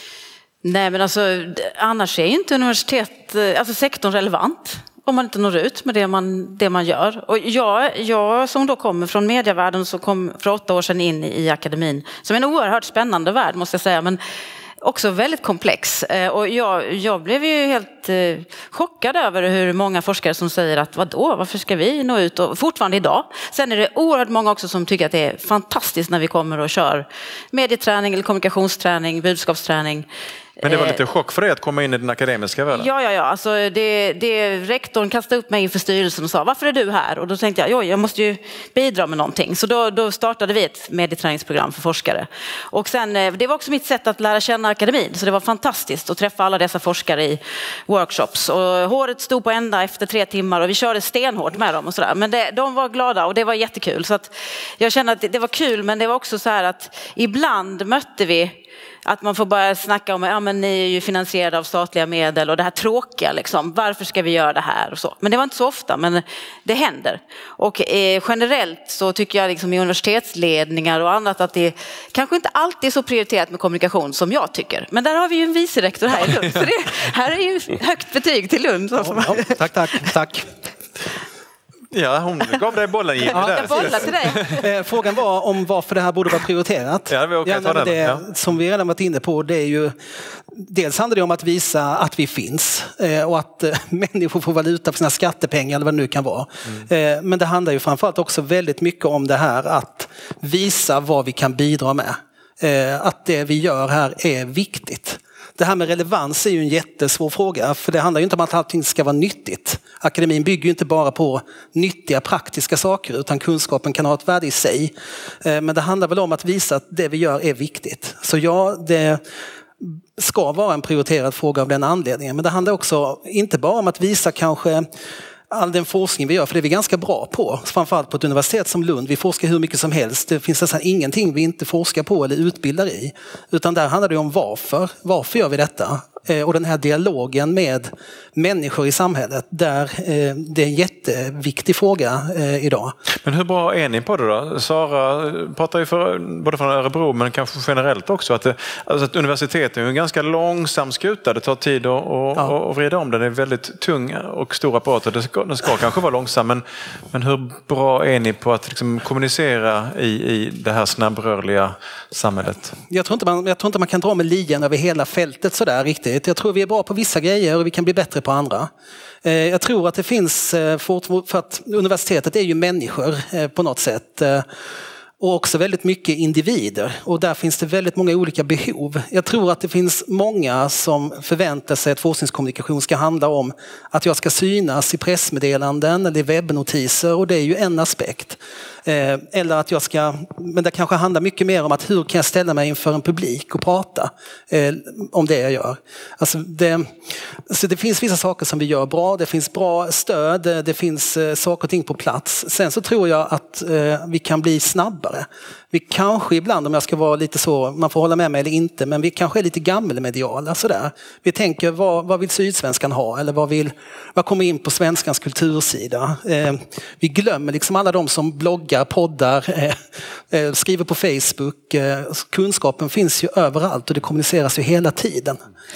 [SPEAKER 4] Nej, men alltså, annars är ju inte universitet, alltså sektorn relevant. Om man inte når ut med det man, det man gör. Och jag, jag som då kommer från medievärlden, så kom för åtta år sedan in i, i akademin. Som en oerhört spännande värld, måste jag säga. Men också väldigt komplex. Och jag, jag blev ju helt eh, chockad över hur många forskare som säger att vadå, varför ska vi nå ut? Och fortfarande idag. Sen är det oerhört många också som tycker att det är fantastiskt när vi kommer och kör medieträning eller kommunikationsträning, budskapsträning.
[SPEAKER 3] Men det var lite chock för dig att komma in i den akademiska världen?
[SPEAKER 4] Ja, ja, ja. Alltså det, det, rektorn kastade upp mig inför styrelsen och sa, varför är du här? Och då tänkte jag, jo, jag måste ju bidra med någonting. Så då, då startade vi ett medieträningsprogram för forskare. Och sen, det var också mitt sätt att lära känna akademin. Så det var fantastiskt att träffa alla dessa forskare i workshops. Och håret stod på ända efter tre timmar och vi körde stenhårt med dem och sådär. Men det, de var glada och det var jättekul. Så att jag kände att det, det var kul, men det var också så här att ibland mötte vi att man får börja snacka om, ja men ni är ju finansierade av statliga medel och det här tråkiga liksom, varför ska vi göra det här och så. Men det var inte så ofta, men det händer. Och eh, generellt så tycker jag liksom i universitetsledningar och annat att det kanske inte alltid är så prioriterat med kommunikation som jag tycker. Men där har vi ju en vicerektor här i Lund, så det här är ju högt betyg till Lund.
[SPEAKER 6] Ja, ja, tack, tack, tack.
[SPEAKER 3] Ja, hon gav dig bollen, Jimmy.
[SPEAKER 4] Ja, jag bollar till dig.
[SPEAKER 6] Frågan var om varför det här borde vara prioriterat.
[SPEAKER 3] Ja, det okay,
[SPEAKER 6] ja, det, ja. Som vi redan varit inne på, det är ju dels handlar det om att visa att vi finns och att människor får valuta för sina skattepengar eller vad det nu kan vara. Mm. Men det handlar ju framförallt också väldigt mycket om det här att visa vad vi kan bidra med. Att det vi gör här är viktigt. Det här med relevans är ju en jättesvår fråga, för det handlar ju inte om att allting ska vara nyttigt. Akademin bygger ju inte bara på nyttiga praktiska saker, utan kunskapen kan ha ett värde i sig. Men det handlar väl om att visa att det vi gör är viktigt. Så ja, det ska vara en prioriterad fråga av den anledningen. Men det handlar också inte bara om att visa kanske all den forskning vi gör, för det är vi ganska bra på. Framförallt på ett universitet som Lund. Vi forskar hur mycket som helst. Det finns nästan ingenting vi inte forskar på eller utbildar i. Utan där handlar det om varför. Varför gör vi detta? Och den här dialogen med människor i samhället, där det är en jätteviktig fråga idag.
[SPEAKER 3] Men hur bra är ni på det då? Sara pratar ju för, både från Örebro men kanske generellt också, att, det, alltså att universitet är en ganska långsam skuta. Det tar tid att och, ja. och vrida om den. Det är väldigt tung och stor apparat. Det ska, den ska kanske vara långsam, men, men hur bra är ni på att liksom kommunicera i, i det här snabbrörliga samhället? Jag tror, inte man,
[SPEAKER 6] jag tror inte man kan dra med ligan över hela fältet sådär riktigt. Jag tror vi är bra på vissa grejer och vi kan bli bättre på andra. Jag tror att det finns, för att universitetet är ju människor på något sätt. Och också väldigt mycket individer. Och där finns det väldigt många olika behov. Jag tror att det finns många som förväntar sig att forskningskommunikation ska handla om att jag ska synas i pressmeddelanden eller i webbnotiser. Och det är ju en aspekt. Eller att jag ska, men det kanske handlar mycket mer om att hur kan jag ställa mig inför en publik och prata om det jag gör. Alltså det, så det finns vissa saker som vi gör bra, det finns bra stöd, det finns saker och ting på plats. Sen så tror jag att vi kan bli snabbare. Vi kanske ibland, om jag ska vara lite så, man får hålla med mig eller inte, men vi kanske är lite gammelmediala sådär. Vi tänker, vad, vad vill Sydsvenskan ha? Eller vad, vill, vad kommer in på svenskans kultursida? Eh, vi glömmer liksom alla de som bloggar, poddar, eh, skriver på Facebook. Eh, kunskapen finns ju överallt och det kommuniceras ju hela tiden.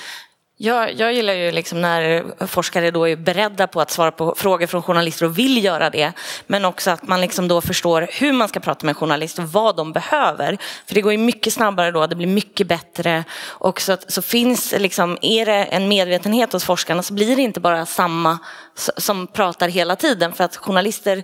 [SPEAKER 5] Jag, jag gillar ju liksom när forskare då är beredda på att svara på frågor från journalister och vill göra det. Men också att man liksom då förstår hur man ska prata med journalister och vad de behöver. För det går ju mycket snabbare då, det blir mycket bättre. Och så, att, så finns liksom, är det en medvetenhet hos forskarna så blir det inte bara samma som pratar hela tiden. För att journalister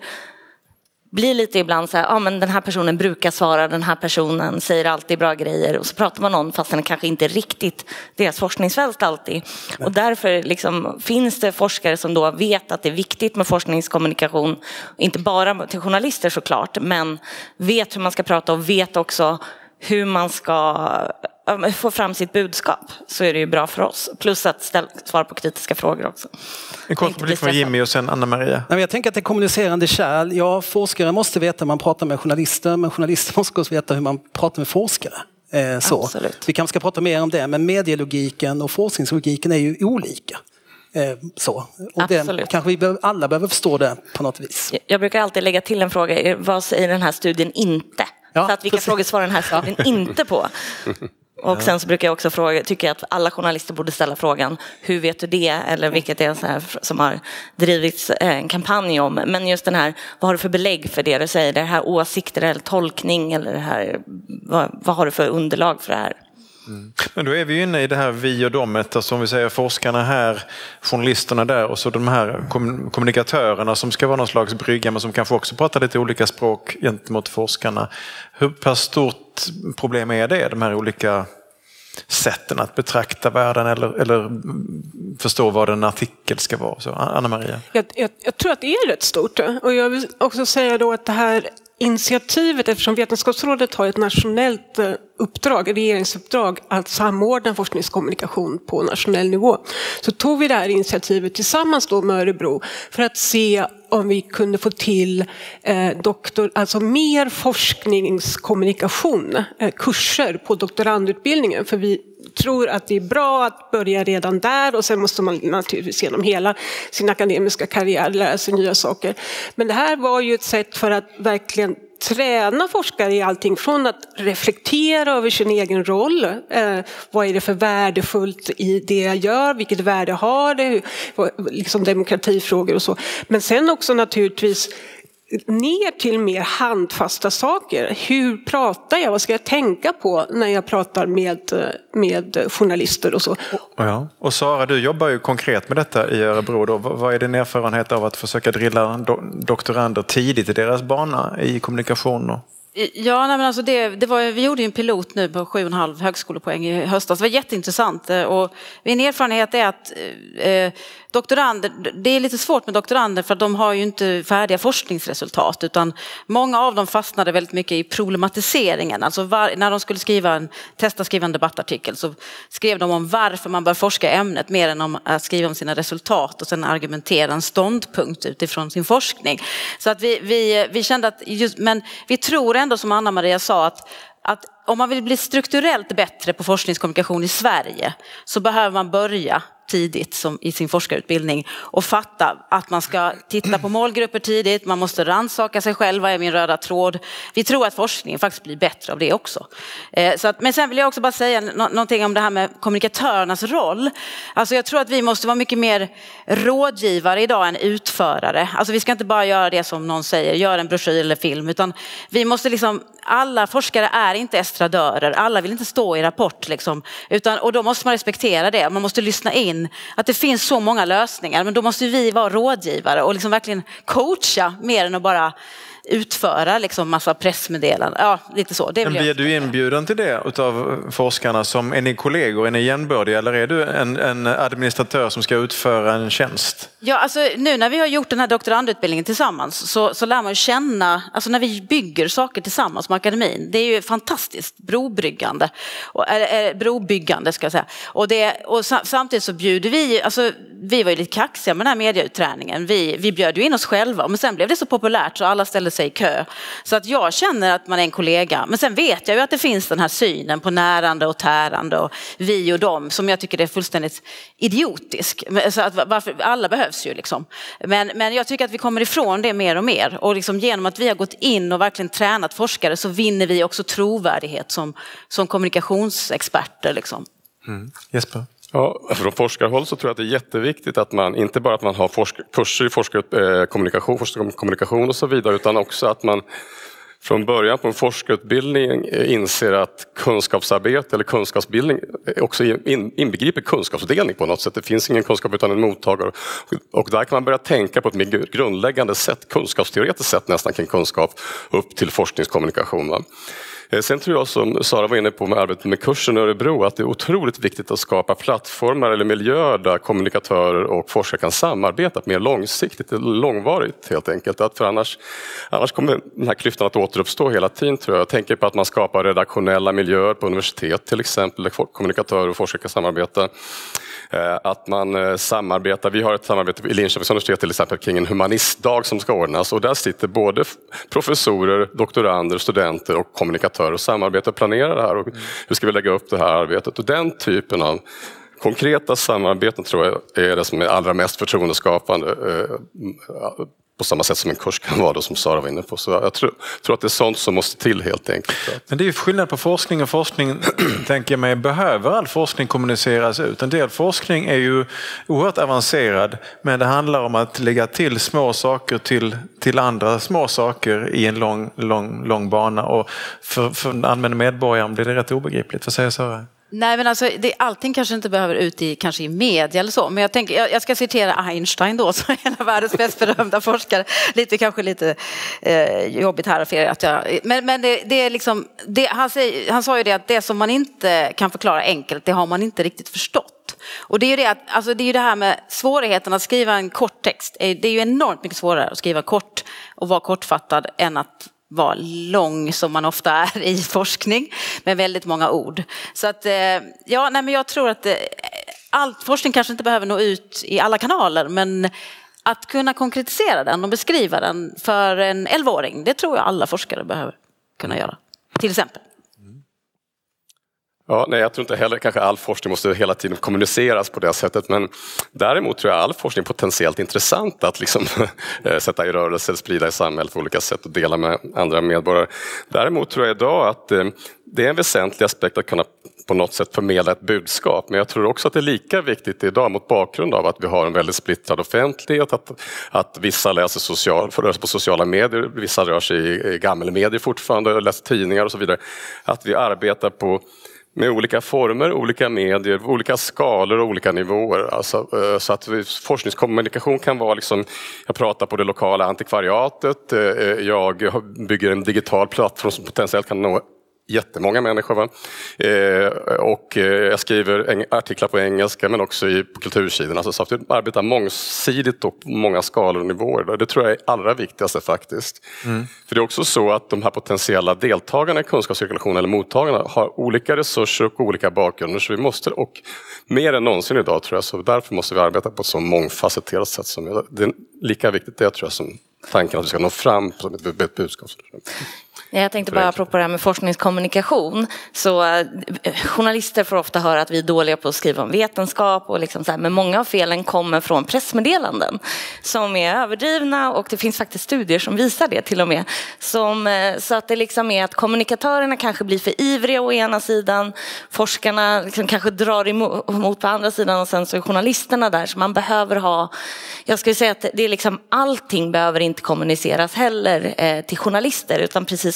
[SPEAKER 5] blir lite ibland så här, ja ah, men den här personen brukar svara, den här personen säger alltid bra grejer och så pratar man om fast den kanske inte riktigt deras forskningsfält alltid. Nej. Och därför liksom, finns det forskare som då vet att det är viktigt med forskningskommunikation, inte bara till journalister såklart, men vet hur man ska prata och vet också hur man ska få fram sitt budskap, så är det ju bra för oss. Plus att ställa, svara på kritiska frågor också.
[SPEAKER 3] En kort blick från Jimmy och sen Anna-Maria.
[SPEAKER 6] Jag tänker att det är kommunicerande kärl. Ja, forskare måste veta hur man pratar med journalister, men journalister måste också veta hur man pratar med forskare. Eh, så.
[SPEAKER 5] Absolut.
[SPEAKER 6] Vi kanske ska prata mer om det, men medielogiken och forskningslogiken är ju olika. Eh, så. Och det, kanske vi behöver, alla behöver förstå det på något vis.
[SPEAKER 5] Jag brukar alltid lägga till en fråga. Vad säger den här studien inte? Ja, så att vilka frågor svarar den här studien ja. inte på? Och sen så brukar jag också fråga, tycker jag att alla journalister borde ställa frågan, hur vet du det? Eller vilket är så här som har drivits en kampanj om. Men just den här, vad har du för belägg för det du säger? Det här åsikter eller tolkning eller det här, vad, vad har du för underlag för det här?
[SPEAKER 3] Mm. Men då är vi inne i det här vi och domet, alltså om vi säger forskarna här, journalisterna där och så de här kom- kommunikatörerna som ska vara någon slags brygga men som kanske också pratar lite olika språk gentemot forskarna. Hur pass stort problem är det, de här olika sätten att betrakta världen eller, eller förstå vad en artikel ska vara? Så, Anna-Maria?
[SPEAKER 7] Jag, jag, jag tror att det är rätt stort, och jag vill också säga då att det här initiativet, eftersom Vetenskapsrådet har ett nationellt uppdrag, regeringsuppdrag att samordna forskningskommunikation på nationell nivå, så tog vi det här initiativet tillsammans då med Örebro för att se om vi kunde få till eh, doktor, alltså mer forskningskommunikation, eh, kurser på doktorandutbildningen, för vi tror att det är bra att börja redan där och sen måste man naturligtvis genom hela sin akademiska karriär lära sig nya saker. Men det här var ju ett sätt för att verkligen träna forskare i allting från att reflektera över sin egen roll. Eh, vad är det för värdefullt i det jag gör? Vilket värde har det? Liksom demokratifrågor och så. Men sen också naturligtvis ner till mer handfasta saker. Hur pratar jag? Vad ska jag tänka på när jag pratar med, med journalister och så?
[SPEAKER 3] Ja. Och Sara, du jobbar ju konkret med detta i Örebro. Då. Vad är din erfarenhet av att försöka drilla do- doktorander tidigt i deras bana i kommunikation? Och...
[SPEAKER 4] Ja, nej, men alltså det, det var, vi gjorde ju en pilot nu på sju och en halv högskolepoäng i höstas. Det var jätteintressant. Och min erfarenhet är att eh, doktorander, det är lite svårt med doktorander för att de har ju inte färdiga forskningsresultat, utan många av dem fastnade väldigt mycket i problematiseringen. Alltså var, när de skulle skriva en, testa skriva en debattartikel så skrev de om varför man bör forska i ämnet mer än om att skriva om sina resultat och sen argumentera en ståndpunkt utifrån sin forskning. Så att vi, vi, vi kände att just, men vi tror ändå som Anna-Maria sa att, att om man vill bli strukturellt bättre på forskningskommunikation i Sverige så behöver man börja tidigt som i sin forskarutbildning och fatta att man ska titta på målgrupper tidigt, man måste rannsaka sig själv, vad är min röda tråd. Vi tror att forskningen faktiskt blir bättre av det också. Eh, så att, men sen vill jag också bara säga no- någonting om det här med kommunikatörernas roll. Alltså jag tror att vi måste vara mycket mer rådgivare idag än utförare. Alltså vi ska inte bara göra det som någon säger, gör en broschyr eller film, utan vi måste liksom, alla forskare är inte estradörer, alla vill inte stå i Rapport liksom, utan, och då måste man respektera det, man måste lyssna in att det finns så många lösningar, men då måste vi vara rådgivare och liksom verkligen coacha mer än att bara utföra liksom massa pressmeddelanden. Ja, lite så. Det
[SPEAKER 3] Men blir du inbjuden till det utav forskarna? Som, är ni kollegor, är ni jämbördiga eller är du en, en administratör som ska utföra en tjänst?
[SPEAKER 4] Ja, alltså nu när vi har gjort den här doktorandutbildningen tillsammans så, så lär man känna, alltså när vi bygger saker tillsammans med akademin, det är ju fantastiskt brobryggande, och, eller, brobyggande ska jag säga. Och, det, och samtidigt så bjuder vi, alltså vi var ju lite kaxiga med den här mediauträningen. Vi, vi bjöd ju in oss själva, men sen blev det så populärt så alla ställde sig i kö. Så att jag känner att man är en kollega. Men sen vet jag ju att det finns den här synen på närande och tärande och vi och dem som jag tycker är fullständigt idiotisk. Så att varför, alla behövs ju liksom. Men, men jag tycker att vi kommer ifrån det mer och mer. Och liksom genom att vi har gått in och verkligen tränat forskare så vinner vi också trovärdighet som, som kommunikationsexperter. Liksom.
[SPEAKER 3] Mm. Jesper?
[SPEAKER 8] Ja, från forskarhåll så tror jag att det är jätteviktigt att man inte bara att man har forsk- kurser i forskarkommunikation, forskarkommunikation och så vidare, utan också att man från början på en forskarutbildning inser att kunskapsarbete eller kunskapsbildning också in, inbegriper kunskapsdelning på något sätt. Det finns ingen kunskap utan en mottagare. Och där kan man börja tänka på ett mer grundläggande sätt, kunskapsteoretiskt sätt nästan kring kunskap upp till forskningskommunikation. Sen tror jag, som Sara var inne på med arbetet med kursen i Örebro, att det är otroligt viktigt att skapa plattformar eller miljöer där kommunikatörer och forskare kan samarbeta mer långsiktigt, långvarigt helt enkelt. Att för annars, annars kommer den här klyftan att återuppstå hela tiden, tror jag. Jag tänker på att man skapar redaktionella miljöer på universitet till exempel, där kommunikatörer och forskare kan samarbeta. Att man samarbetar, vi har ett samarbete i Linköpings universitet till exempel kring en humanistdag som ska ordnas, och där sitter både professorer, doktorander, studenter och kommunikatörer och samarbetar och planerar det här och hur ska vi lägga upp det här arbetet, och den typen av konkreta samarbeten tror jag är det som är allra mest förtroendeskapande på samma sätt som en kurs kan vara då, som Sara var inne på. Så jag tror, tror att det är sånt som måste till helt enkelt.
[SPEAKER 3] Men det är ju skillnad på forskning och forskning, tänker jag mig, behöver all forskning kommuniceras ut? En del forskning är ju oerhört avancerad, men det handlar om att lägga till små saker till, till andra små saker i en lång, lång, lång bana, och för, för den allmänna medborgaren blir det rätt obegripligt. Vad säger Sara?
[SPEAKER 4] Nej, men alltså, det, allting kanske inte behöver ut i, kanske i media eller så. Men jag, tänker, jag, jag ska citera Einstein då, som är en av världens bäst berömda forskare. Lite, kanske lite eh, jobbigt här för er att jag... Men, men det, det är liksom... Det, han, säger, han sa ju det att det som man inte kan förklara enkelt, det har man inte riktigt förstått. Och det är ju det, att, alltså det, är ju det här med svårigheten att skriva en kort text. Det är ju enormt mycket svårare att skriva kort och vara kortfattad än att vara lång, som man ofta är i forskning, med väldigt många ord. Så att, ja, nej, men jag tror att all forskning kanske inte behöver nå ut i alla kanaler, men att kunna konkretisera den och beskriva den för en elvaåring, det tror jag alla forskare behöver kunna göra, till exempel.
[SPEAKER 8] Ja, nej, jag tror inte heller kanske all forskning måste hela tiden kommuniceras på det sättet, men däremot tror jag all forskning är potentiellt intressant att liksom sätta i rörelse, sprida i samhället på olika sätt och dela med andra medborgare. Däremot tror jag idag att det är en väsentlig aspekt att kunna på något sätt förmedla ett budskap, men jag tror också att det är lika viktigt idag mot bakgrund av att vi har en väldigt splittrad offentlighet, att, att vissa läser social, rör sig på sociala medier, vissa rör sig i, i gammelmedier fortfarande, läser tidningar och så vidare, att vi arbetar på med olika former, olika medier, olika skalor och olika nivåer. Alltså, så att forskningskommunikation kan vara liksom, jag pratar på det lokala antikvariatet, jag bygger en digital plattform som potentiellt kan nå jättemånga människor. Va? Eh, och eh, jag skriver artiklar på engelska, men också i, på kultursidan. Alltså, så att vi arbetar mångsidigt och på många skalor och nivåer. Det tror jag är allra viktigaste faktiskt. Mm. För det är också så att de här potentiella deltagarna i kunskapscirkulation eller mottagarna har olika resurser och olika bakgrunder. Så vi måste, och mer än någonsin idag tror jag, så därför måste vi arbeta på ett så mångfacetterat sätt. Som, det är lika viktigt det tror jag som tanken att vi ska nå fram som ett budskap.
[SPEAKER 5] Jag tänkte bara apropå det här med forskningskommunikation, så eh, journalister får ofta höra att vi är dåliga på att skriva om vetenskap och liksom så här, men många av felen kommer från pressmeddelanden som är överdrivna, och det finns faktiskt studier som visar det till och med, som, eh, så att det liksom är att kommunikatörerna kanske blir för ivriga å ena sidan, forskarna liksom kanske drar emot på andra sidan, och sen så är journalisterna där, så man behöver ha, jag skulle säga att det är liksom allting behöver inte kommuniceras heller eh, till journalister, utan precis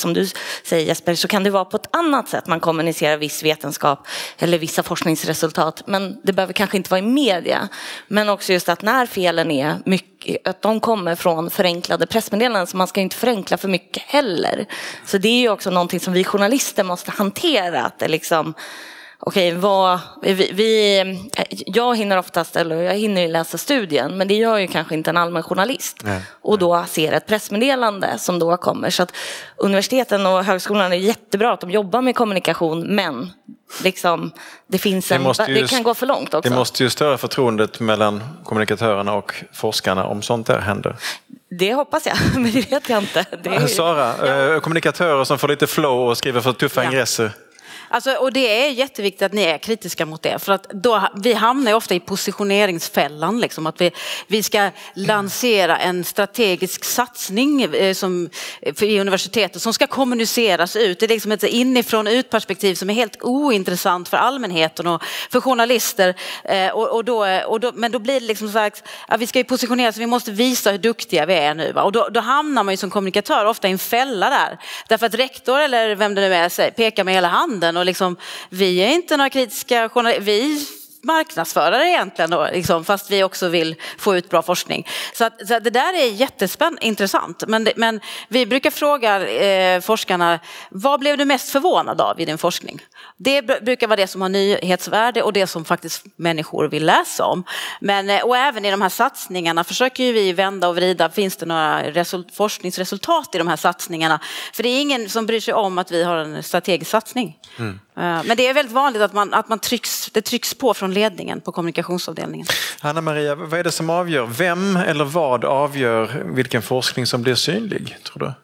[SPEAKER 5] som du säger Jesper, så kan det vara på ett annat sätt man kommunicerar viss vetenskap eller vissa forskningsresultat. Men det behöver kanske inte vara i media. Men också just att när felen är mycket, att de kommer från förenklade pressmeddelanden, så man ska inte förenkla för mycket heller. Så det är ju också någonting som vi journalister måste hantera. Att det liksom, okej, vad, vi, vi, jag hinner oftast, eller jag hinner ju läsa studien, men det gör ju kanske inte en allmän journalist. Nej. Och då ser ett pressmeddelande som då kommer. Så att universiteten och högskolan är jättebra att de jobbar med kommunikation, men liksom, det, finns en, det, ju, det kan gå för långt också.
[SPEAKER 3] Det måste ju störa förtroendet mellan kommunikatörerna och forskarna om sånt där händer.
[SPEAKER 5] Det hoppas jag, men det vet jag inte. Det är...
[SPEAKER 3] Sara, ja. kommunikatörer som får lite flow och skriver för tuffa ja. ingresser.
[SPEAKER 4] Alltså, och det är jätteviktigt att ni är kritiska mot det. För att då, vi hamnar ju ofta i positioneringsfällan. Liksom, att vi, vi ska lansera en strategisk satsning eh, som, för, i universitetet som ska kommuniceras ut. Det är liksom ett inifrån ut perspektiv som är helt ointressant för allmänheten och för journalister. Eh, och, och då, och då, men då blir det liksom så här, att vi ska ju positionera så vi måste visa hur duktiga vi är nu. Va? Och då, då hamnar man ju som kommunikatör ofta i en fälla där. Därför att rektor eller vem det nu är pekar med hela handen. Och liksom, vi är inte några kritiska journalister, vi marknadsförare egentligen då, liksom, fast vi också vill få ut bra forskning. Så, att, så att det där är jättespännande, intressant. Men, det, men vi brukar fråga eh, forskarna, vad blev du mest förvånad av i din forskning? Det brukar vara det som har nyhetsvärde och det som faktiskt människor vill läsa om. Men, och även i de här satsningarna försöker vi vända och vrida. Finns det några result, forskningsresultat i de här satsningarna? För det är ingen som bryr sig om att vi har en strategisk satsning. Mm. Men det är väldigt vanligt att, man, att man trycks, det trycks på från ledningen på kommunikationsavdelningen.
[SPEAKER 3] Anna-Maria, vad är det som avgör? Vem eller vad avgör vilken forskning som blir synlig, tror du?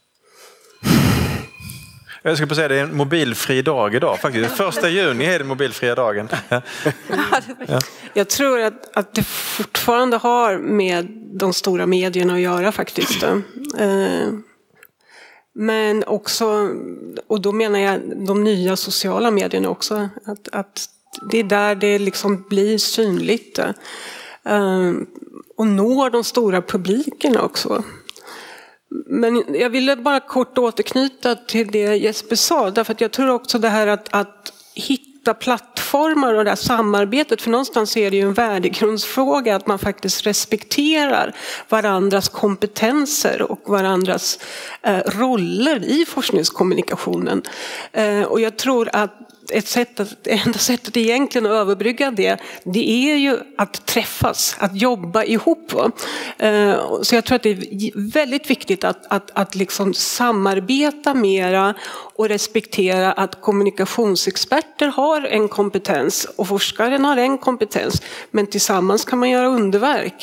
[SPEAKER 3] Jag ska bara säga, det är en mobilfri dag idag faktiskt. Första juni är den mobilfria dagen. Ja.
[SPEAKER 7] Ja. Jag tror att, att det fortfarande har med de stora medierna att göra faktiskt. Eh, men också, och då menar jag de nya sociala medierna också. Att, att det är där det liksom blir synligt. Eh, och når de stora publikerna också. Men jag ville bara kort återknyta till det Jesper sa, därför att jag tror också det här att, att hitta plattformar och det här samarbetet, för någonstans är det ju en värdegrundsfråga att man faktiskt respekterar varandras kompetenser och varandras eh, roller i forskningskommunikationen. Eh, och jag tror att ett sätt att, det enda sättet egentligen att överbrygga det, det är ju att träffas, att jobba ihop. Va? Så jag tror att det är väldigt viktigt att, att, att liksom samarbeta mera och respektera att kommunikationsexperter har en kompetens och forskaren har en kompetens, men tillsammans kan man göra underverk.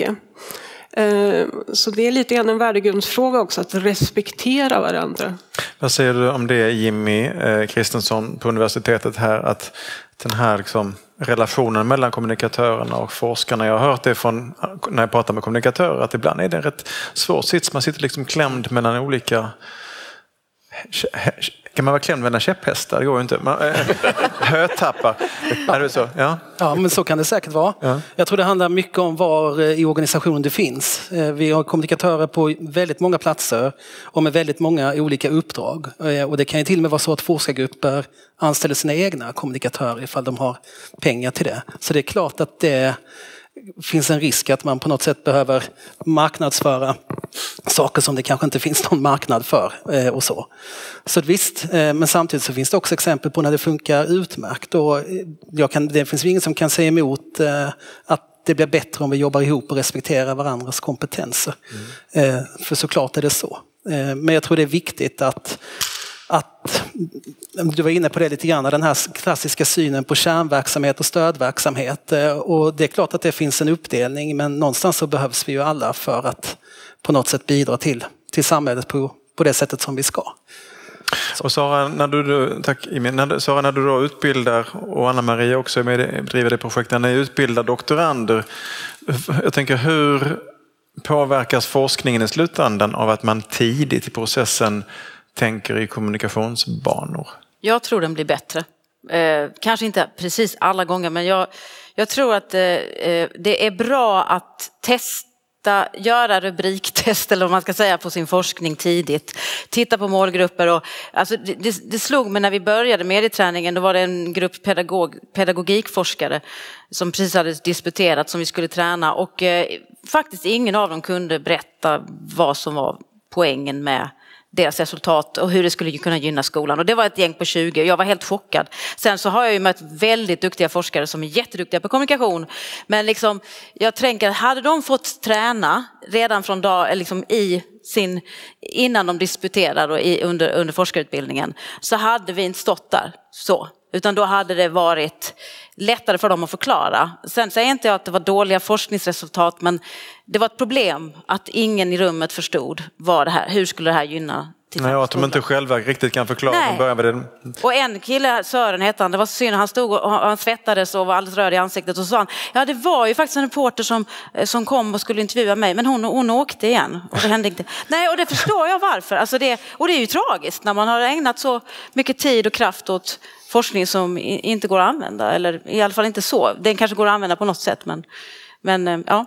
[SPEAKER 7] Så det är lite grann en värdegrundsfråga också, att respektera varandra.
[SPEAKER 3] Vad säger du om det, Jimmy Kristensson på universitetet här, att den här liksom relationen mellan kommunikatörerna och forskarna, jag har hört det från när jag pratar med kommunikatörer, att ibland är det en rätt svår sits, man sitter liksom klämd mellan olika, kan man vara klämd mellan käpphästar? Det går ju inte. Man, äh, hötappar. Är det så? Ja.
[SPEAKER 6] Ja, men så kan det säkert vara. Ja. Jag tror det handlar mycket om var i organisationen det finns. Vi har kommunikatörer på väldigt många platser och med väldigt många olika uppdrag. Och det kan ju till och med vara så att forskargrupper anställer sina egna kommunikatörer ifall de har pengar till det. Så det är klart att det finns en risk att man på något sätt behöver marknadsföra saker som det kanske inte finns någon marknad för och så. Så visst, men samtidigt så finns det också exempel på när det funkar utmärkt. Och jag kan, det finns ju ingen som kan säga emot att det blir bättre om vi jobbar ihop och respekterar varandras kompetenser. Mm. För såklart är det så. Men jag tror det är viktigt att att du var inne på det lite grann, den här klassiska synen på kärnverksamhet och stödverksamhet. Och det är klart att det finns en uppdelning, men någonstans så behövs vi ju alla för att på något sätt bidra till, till samhället på, på det sättet som vi ska.
[SPEAKER 3] Så. Och Sara, när du, tack Emil, när, Sara, när du då utbildar, och Anna-Maria också är med, driver det projektet, när ni utbildar doktorander, jag tänker hur påverkas forskningen i slutändan av att man tidigt i processen tänker i kommunikationsbanor?
[SPEAKER 4] Jag tror den blir bättre. Eh, kanske inte precis alla gånger, men jag, jag tror att eh, det är bra att testa titta, göra rubriktest eller vad man ska säga på sin forskning tidigt. Titta på målgrupper. Och, alltså, det, det, det slog mig när vi började medieträningen. Då var det en grupp pedagog, pedagogikforskare som precis hade disputerat som vi skulle träna. Och eh, faktiskt ingen av dem kunde berätta vad som var poängen med deras resultat och hur det skulle kunna gynna skolan. Och det var ett gäng på tjugo. Jag var helt chockad. Sen så har jag ju mött väldigt duktiga forskare som är jätteduktiga på kommunikation. Men liksom, jag tänker att hade de fått träna redan från dag, liksom i sin, innan de disputerar och i, under, under forskarutbildningen, så hade vi inte stått där så. Utan då hade det varit lättare för dem att förklara. Sen säger inte jag att det var dåliga forskningsresultat, men det var ett problem att ingen i rummet förstod vad det här, hur skulle det här gynna.
[SPEAKER 3] Nej, att de inte själva riktigt kan förklara från början vad det.
[SPEAKER 4] Och en kille, Sören hette han, det var synd, han stod och han svettades och var alldeles röd i ansiktet och så sa han, ja det var ju faktiskt en reporter som, som kom och skulle intervjua mig, men hon, hon åkte igen och det hände inte. Nej, och det förstår jag varför. Alltså det, och det är ju tragiskt när man har ägnat så mycket tid och kraft åt forskning som inte går att använda, eller i alla fall inte så. Den kanske går att använda på något sätt, men, men ja.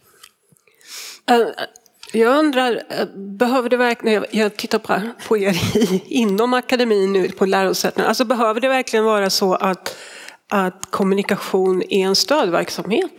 [SPEAKER 7] Uh. Jag undrar, behöver det verkligen, jag tittar på, på er i, inom akademin nu på lärosätena, alltså behöver det verkligen vara så att, att kommunikation är en stödverksamhet?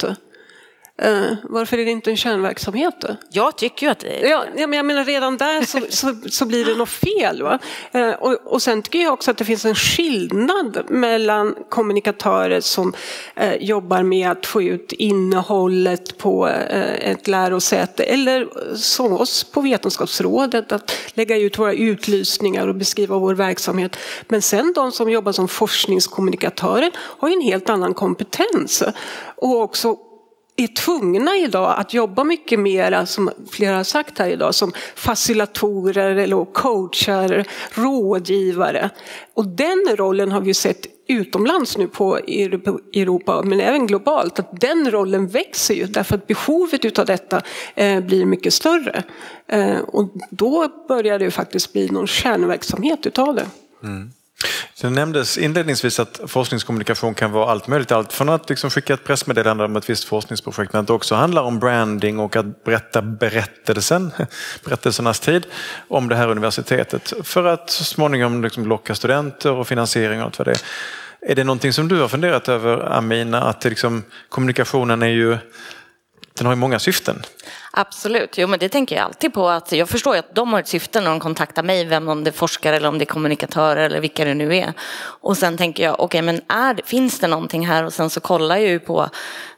[SPEAKER 7] Uh, varför är det inte en kärnverksamhet?
[SPEAKER 4] Jag tycker ju att det är...
[SPEAKER 7] Ja, men jag menar redan där så, så, så blir det något fel. Va? Uh, och, och sen tycker jag också att det finns en skillnad mellan kommunikatörer som uh, jobbar med att få ut innehållet på uh, ett lärosäte eller som oss på Vetenskapsrådet att lägga ut våra utlysningar och beskriva vår verksamhet. Men sen de som jobbar som forskningskommunikatörer har ju en helt annan kompetens och också är tvungna idag att jobba mycket mer, som flera har sagt här idag, som facilitatorer eller coacher, rådgivare. Och den rollen har vi sett utomlands nu på Europa, men även globalt, att den rollen växer ju därför att behovet av detta eh, blir mycket större. Eh, och då börjar det ju faktiskt bli någon kärnverksamhet utav det.
[SPEAKER 3] Mm. Det nämndes inledningsvis att forskningskommunikation kan vara allt möjligt. Allt från att liksom skicka ett pressmeddelande om ett visst forskningsprojekt, men att det också handlar om branding och att berätta berättelsen, berättelsernas tid om det här universitetet. För att så småningom liksom locka studenter och finansiering och allt vad det är. Är det någonting som du har funderat över, Amina? Att det liksom, kommunikationen är ju... Den har ju många syften.
[SPEAKER 5] Absolut, jo men det tänker jag alltid på. Att jag förstår ju att de har ett syfte när de kontaktar mig, vem om det är forskare eller om det är kommunikatörer eller vilka det nu är. Och sen tänker jag, okej okay, men är, finns det någonting här? Och sen så kollar jag ju på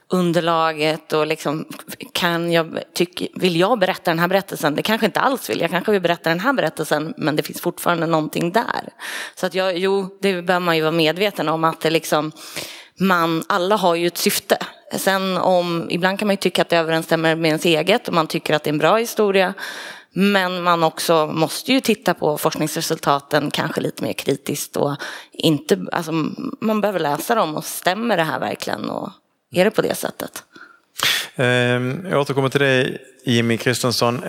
[SPEAKER 5] underlaget och liksom, kan jag, tyck, vill jag berätta den här berättelsen? Det kanske inte alls vill, jag kanske vill berätta den här berättelsen, men det finns fortfarande någonting där. Så att jag, jo, det behöver man ju vara medveten om att det liksom, man, alla har ju ett syfte. Sen om, ibland kan man ju tycka att det överensstämmer med ens eget och man tycker att det är en bra historia. Men man också måste ju titta på forskningsresultaten kanske lite mer kritiskt och inte, alltså man behöver läsa dem och stämmer det här verkligen och är det på det sättet?
[SPEAKER 3] Jag återkommer till dig, Jimmy Kristensson.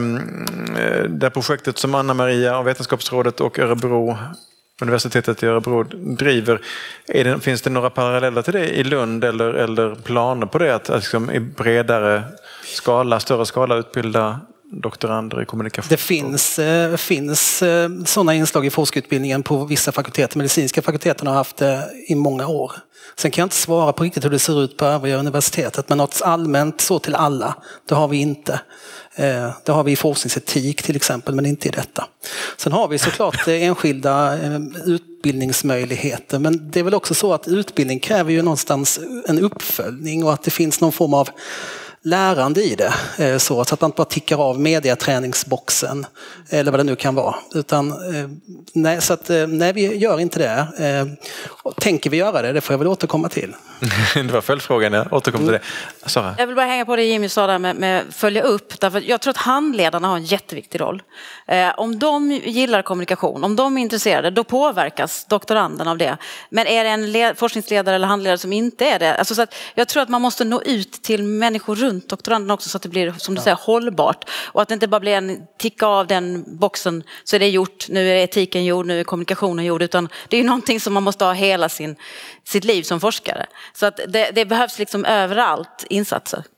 [SPEAKER 3] Det projektet som Anna-Maria av Vetenskapsrådet och Örebro Universitetet i Örebro driver, är det, finns det några paralleller till det i Lund eller, eller planer på det att liksom, i bredare skala, större skala utbilda doktorander i kommunikation?
[SPEAKER 6] Det finns, eh, finns eh, sådana inslag i forskarutbildningen på vissa fakulteter. Medicinska fakulteten har haft det i många år. Sen kan jag inte svara på riktigt hur det ser ut på övriga universitetet, men något allmänt så till alla, det har vi inte. Eh, det har vi i forskningsetik till exempel, men inte i detta. Sen har vi såklart enskilda eh, utbildningsmöjligheter, men det är väl också så att utbildning kräver ju någonstans en uppföljning och att det finns någon form av lärande i det, så att man inte bara tickar av mediaträningsboxen eller vad det nu kan vara. Utan, nej, så att, nej, vi gör inte det. Tänker vi göra det, det får jag väl återkomma till.
[SPEAKER 3] Det var följdfrågan, jag återkommer till det. Sara.
[SPEAKER 4] Jag vill bara hänga på det Jimmy sa där med, med följa upp. Därför jag tror att handledarna har en jätteviktig roll. Eh, om de gillar kommunikation, om de är intresserade, då påverkas doktoranden av det. Men är det en led, forskningsledare eller handledare som inte är det? Alltså så att jag tror att man måste nå ut till människor runt doktoranden också så att det blir, som du säger, hållbart. Och att det inte bara blir en ticka av den boxen så är det gjort, nu är etiken gjord, nu är kommunikationen gjord. Utan det är ju någonting som man måste ha hela sin, sitt liv som forskare. Så att det, det behövs liksom överallt insatser.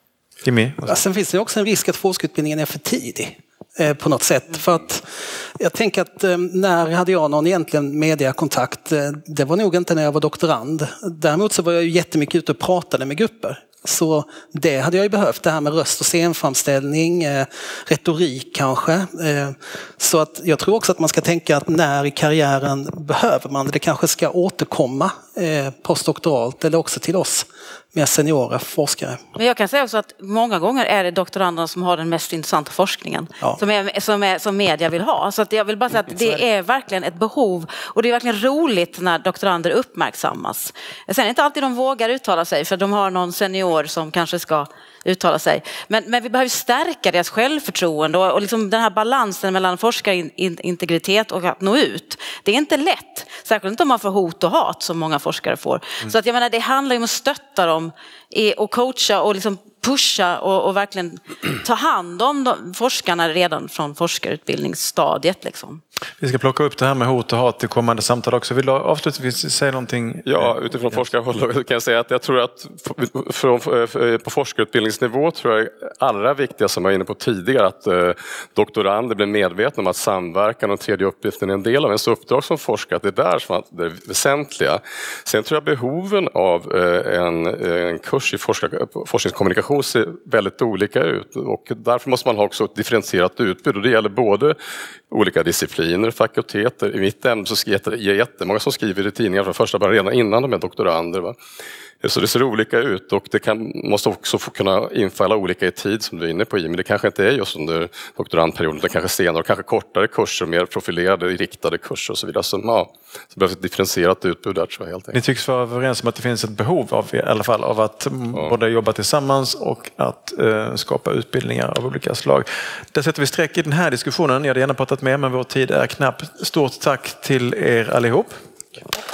[SPEAKER 3] Jimmy?
[SPEAKER 6] Ja, sen finns det också en risk att forskarutbildningen är för tidig. På något sätt. För att jag tänker att när hade jag någon egentligen mediakontakt? Det var nog inte när jag var doktorand. Däremot så var jag ju jättemycket ute och pratade med grupper. Så det hade jag ju behövt, det här med röst och scenframställning, eh, retorik kanske. Eh, så att jag tror också att man ska tänka att när i karriären behöver man det. Det kanske ska återkomma eh, postdoktoralt eller också till oss mer seniora forskare.
[SPEAKER 4] Men jag kan säga också att många gånger är det doktoranderna som har den mest intressanta forskningen ja. som, är, som, är, som media vill ha. Så att jag vill bara säga att det är verkligen ett behov och det är verkligen roligt när doktorander uppmärksammas. Sen är det inte alltid de vågar uttala sig för de har någon senior som kanske ska uttala sig. Men, men vi behöver stärka deras självförtroende och, och liksom den här balansen mellan forskarintegritet och att nå ut. Det är inte lätt, särskilt inte om man får hot och hat som många forskare får. Mm. Så att jag menar, det handlar ju om att stötta dem och coacha och liksom pusha och, och verkligen ta hand om de, forskarna redan från forskarutbildningsstadiet. Liksom.
[SPEAKER 3] Vi ska plocka upp det här med hot och hat i kommande samtal också. Vill du avslutningsvis säga någonting?
[SPEAKER 8] Ja, utifrån forskarhåll kan jag säga att jag tror att från, på forskarutbildningsnivå tror jag allra viktigast som jag var inne på tidigare att eh, doktorander blir medvetna om att samverkan och tredje uppgiften är en del av ens uppdrag som forskare. Att det är där som är det väsentliga. Sen tror jag behoven av eh, en, en kurs i forskar, forskningskommunikation ser väldigt olika ut och därför måste man ha också ett differentierat utbud och det gäller både olika discipliner, fakulteter. I mitt ämne så är det jättemånga som skriver i tidningar från första början redan innan de är doktorander. Va? Så det ser olika ut och det kan, måste också få kunna infalla olika i tid som du är inne på, men det kanske inte är just under doktorandperioden, det kanske senare, kanske kortare kurser, mer profilerade, riktade kurser och så vidare. Så, ja, så behövs ett differentierat utbud där tror jag helt enkelt.
[SPEAKER 3] Ni tycks vara överens om att det finns ett behov av, i alla fall, av att ja. både jobba tillsammans och att eh, skapa utbildningar av olika slag. Där sätter vi streck i den här diskussionen. Jag hade gärna pratat med men vår tid är knapp. Stort tack till er allihop.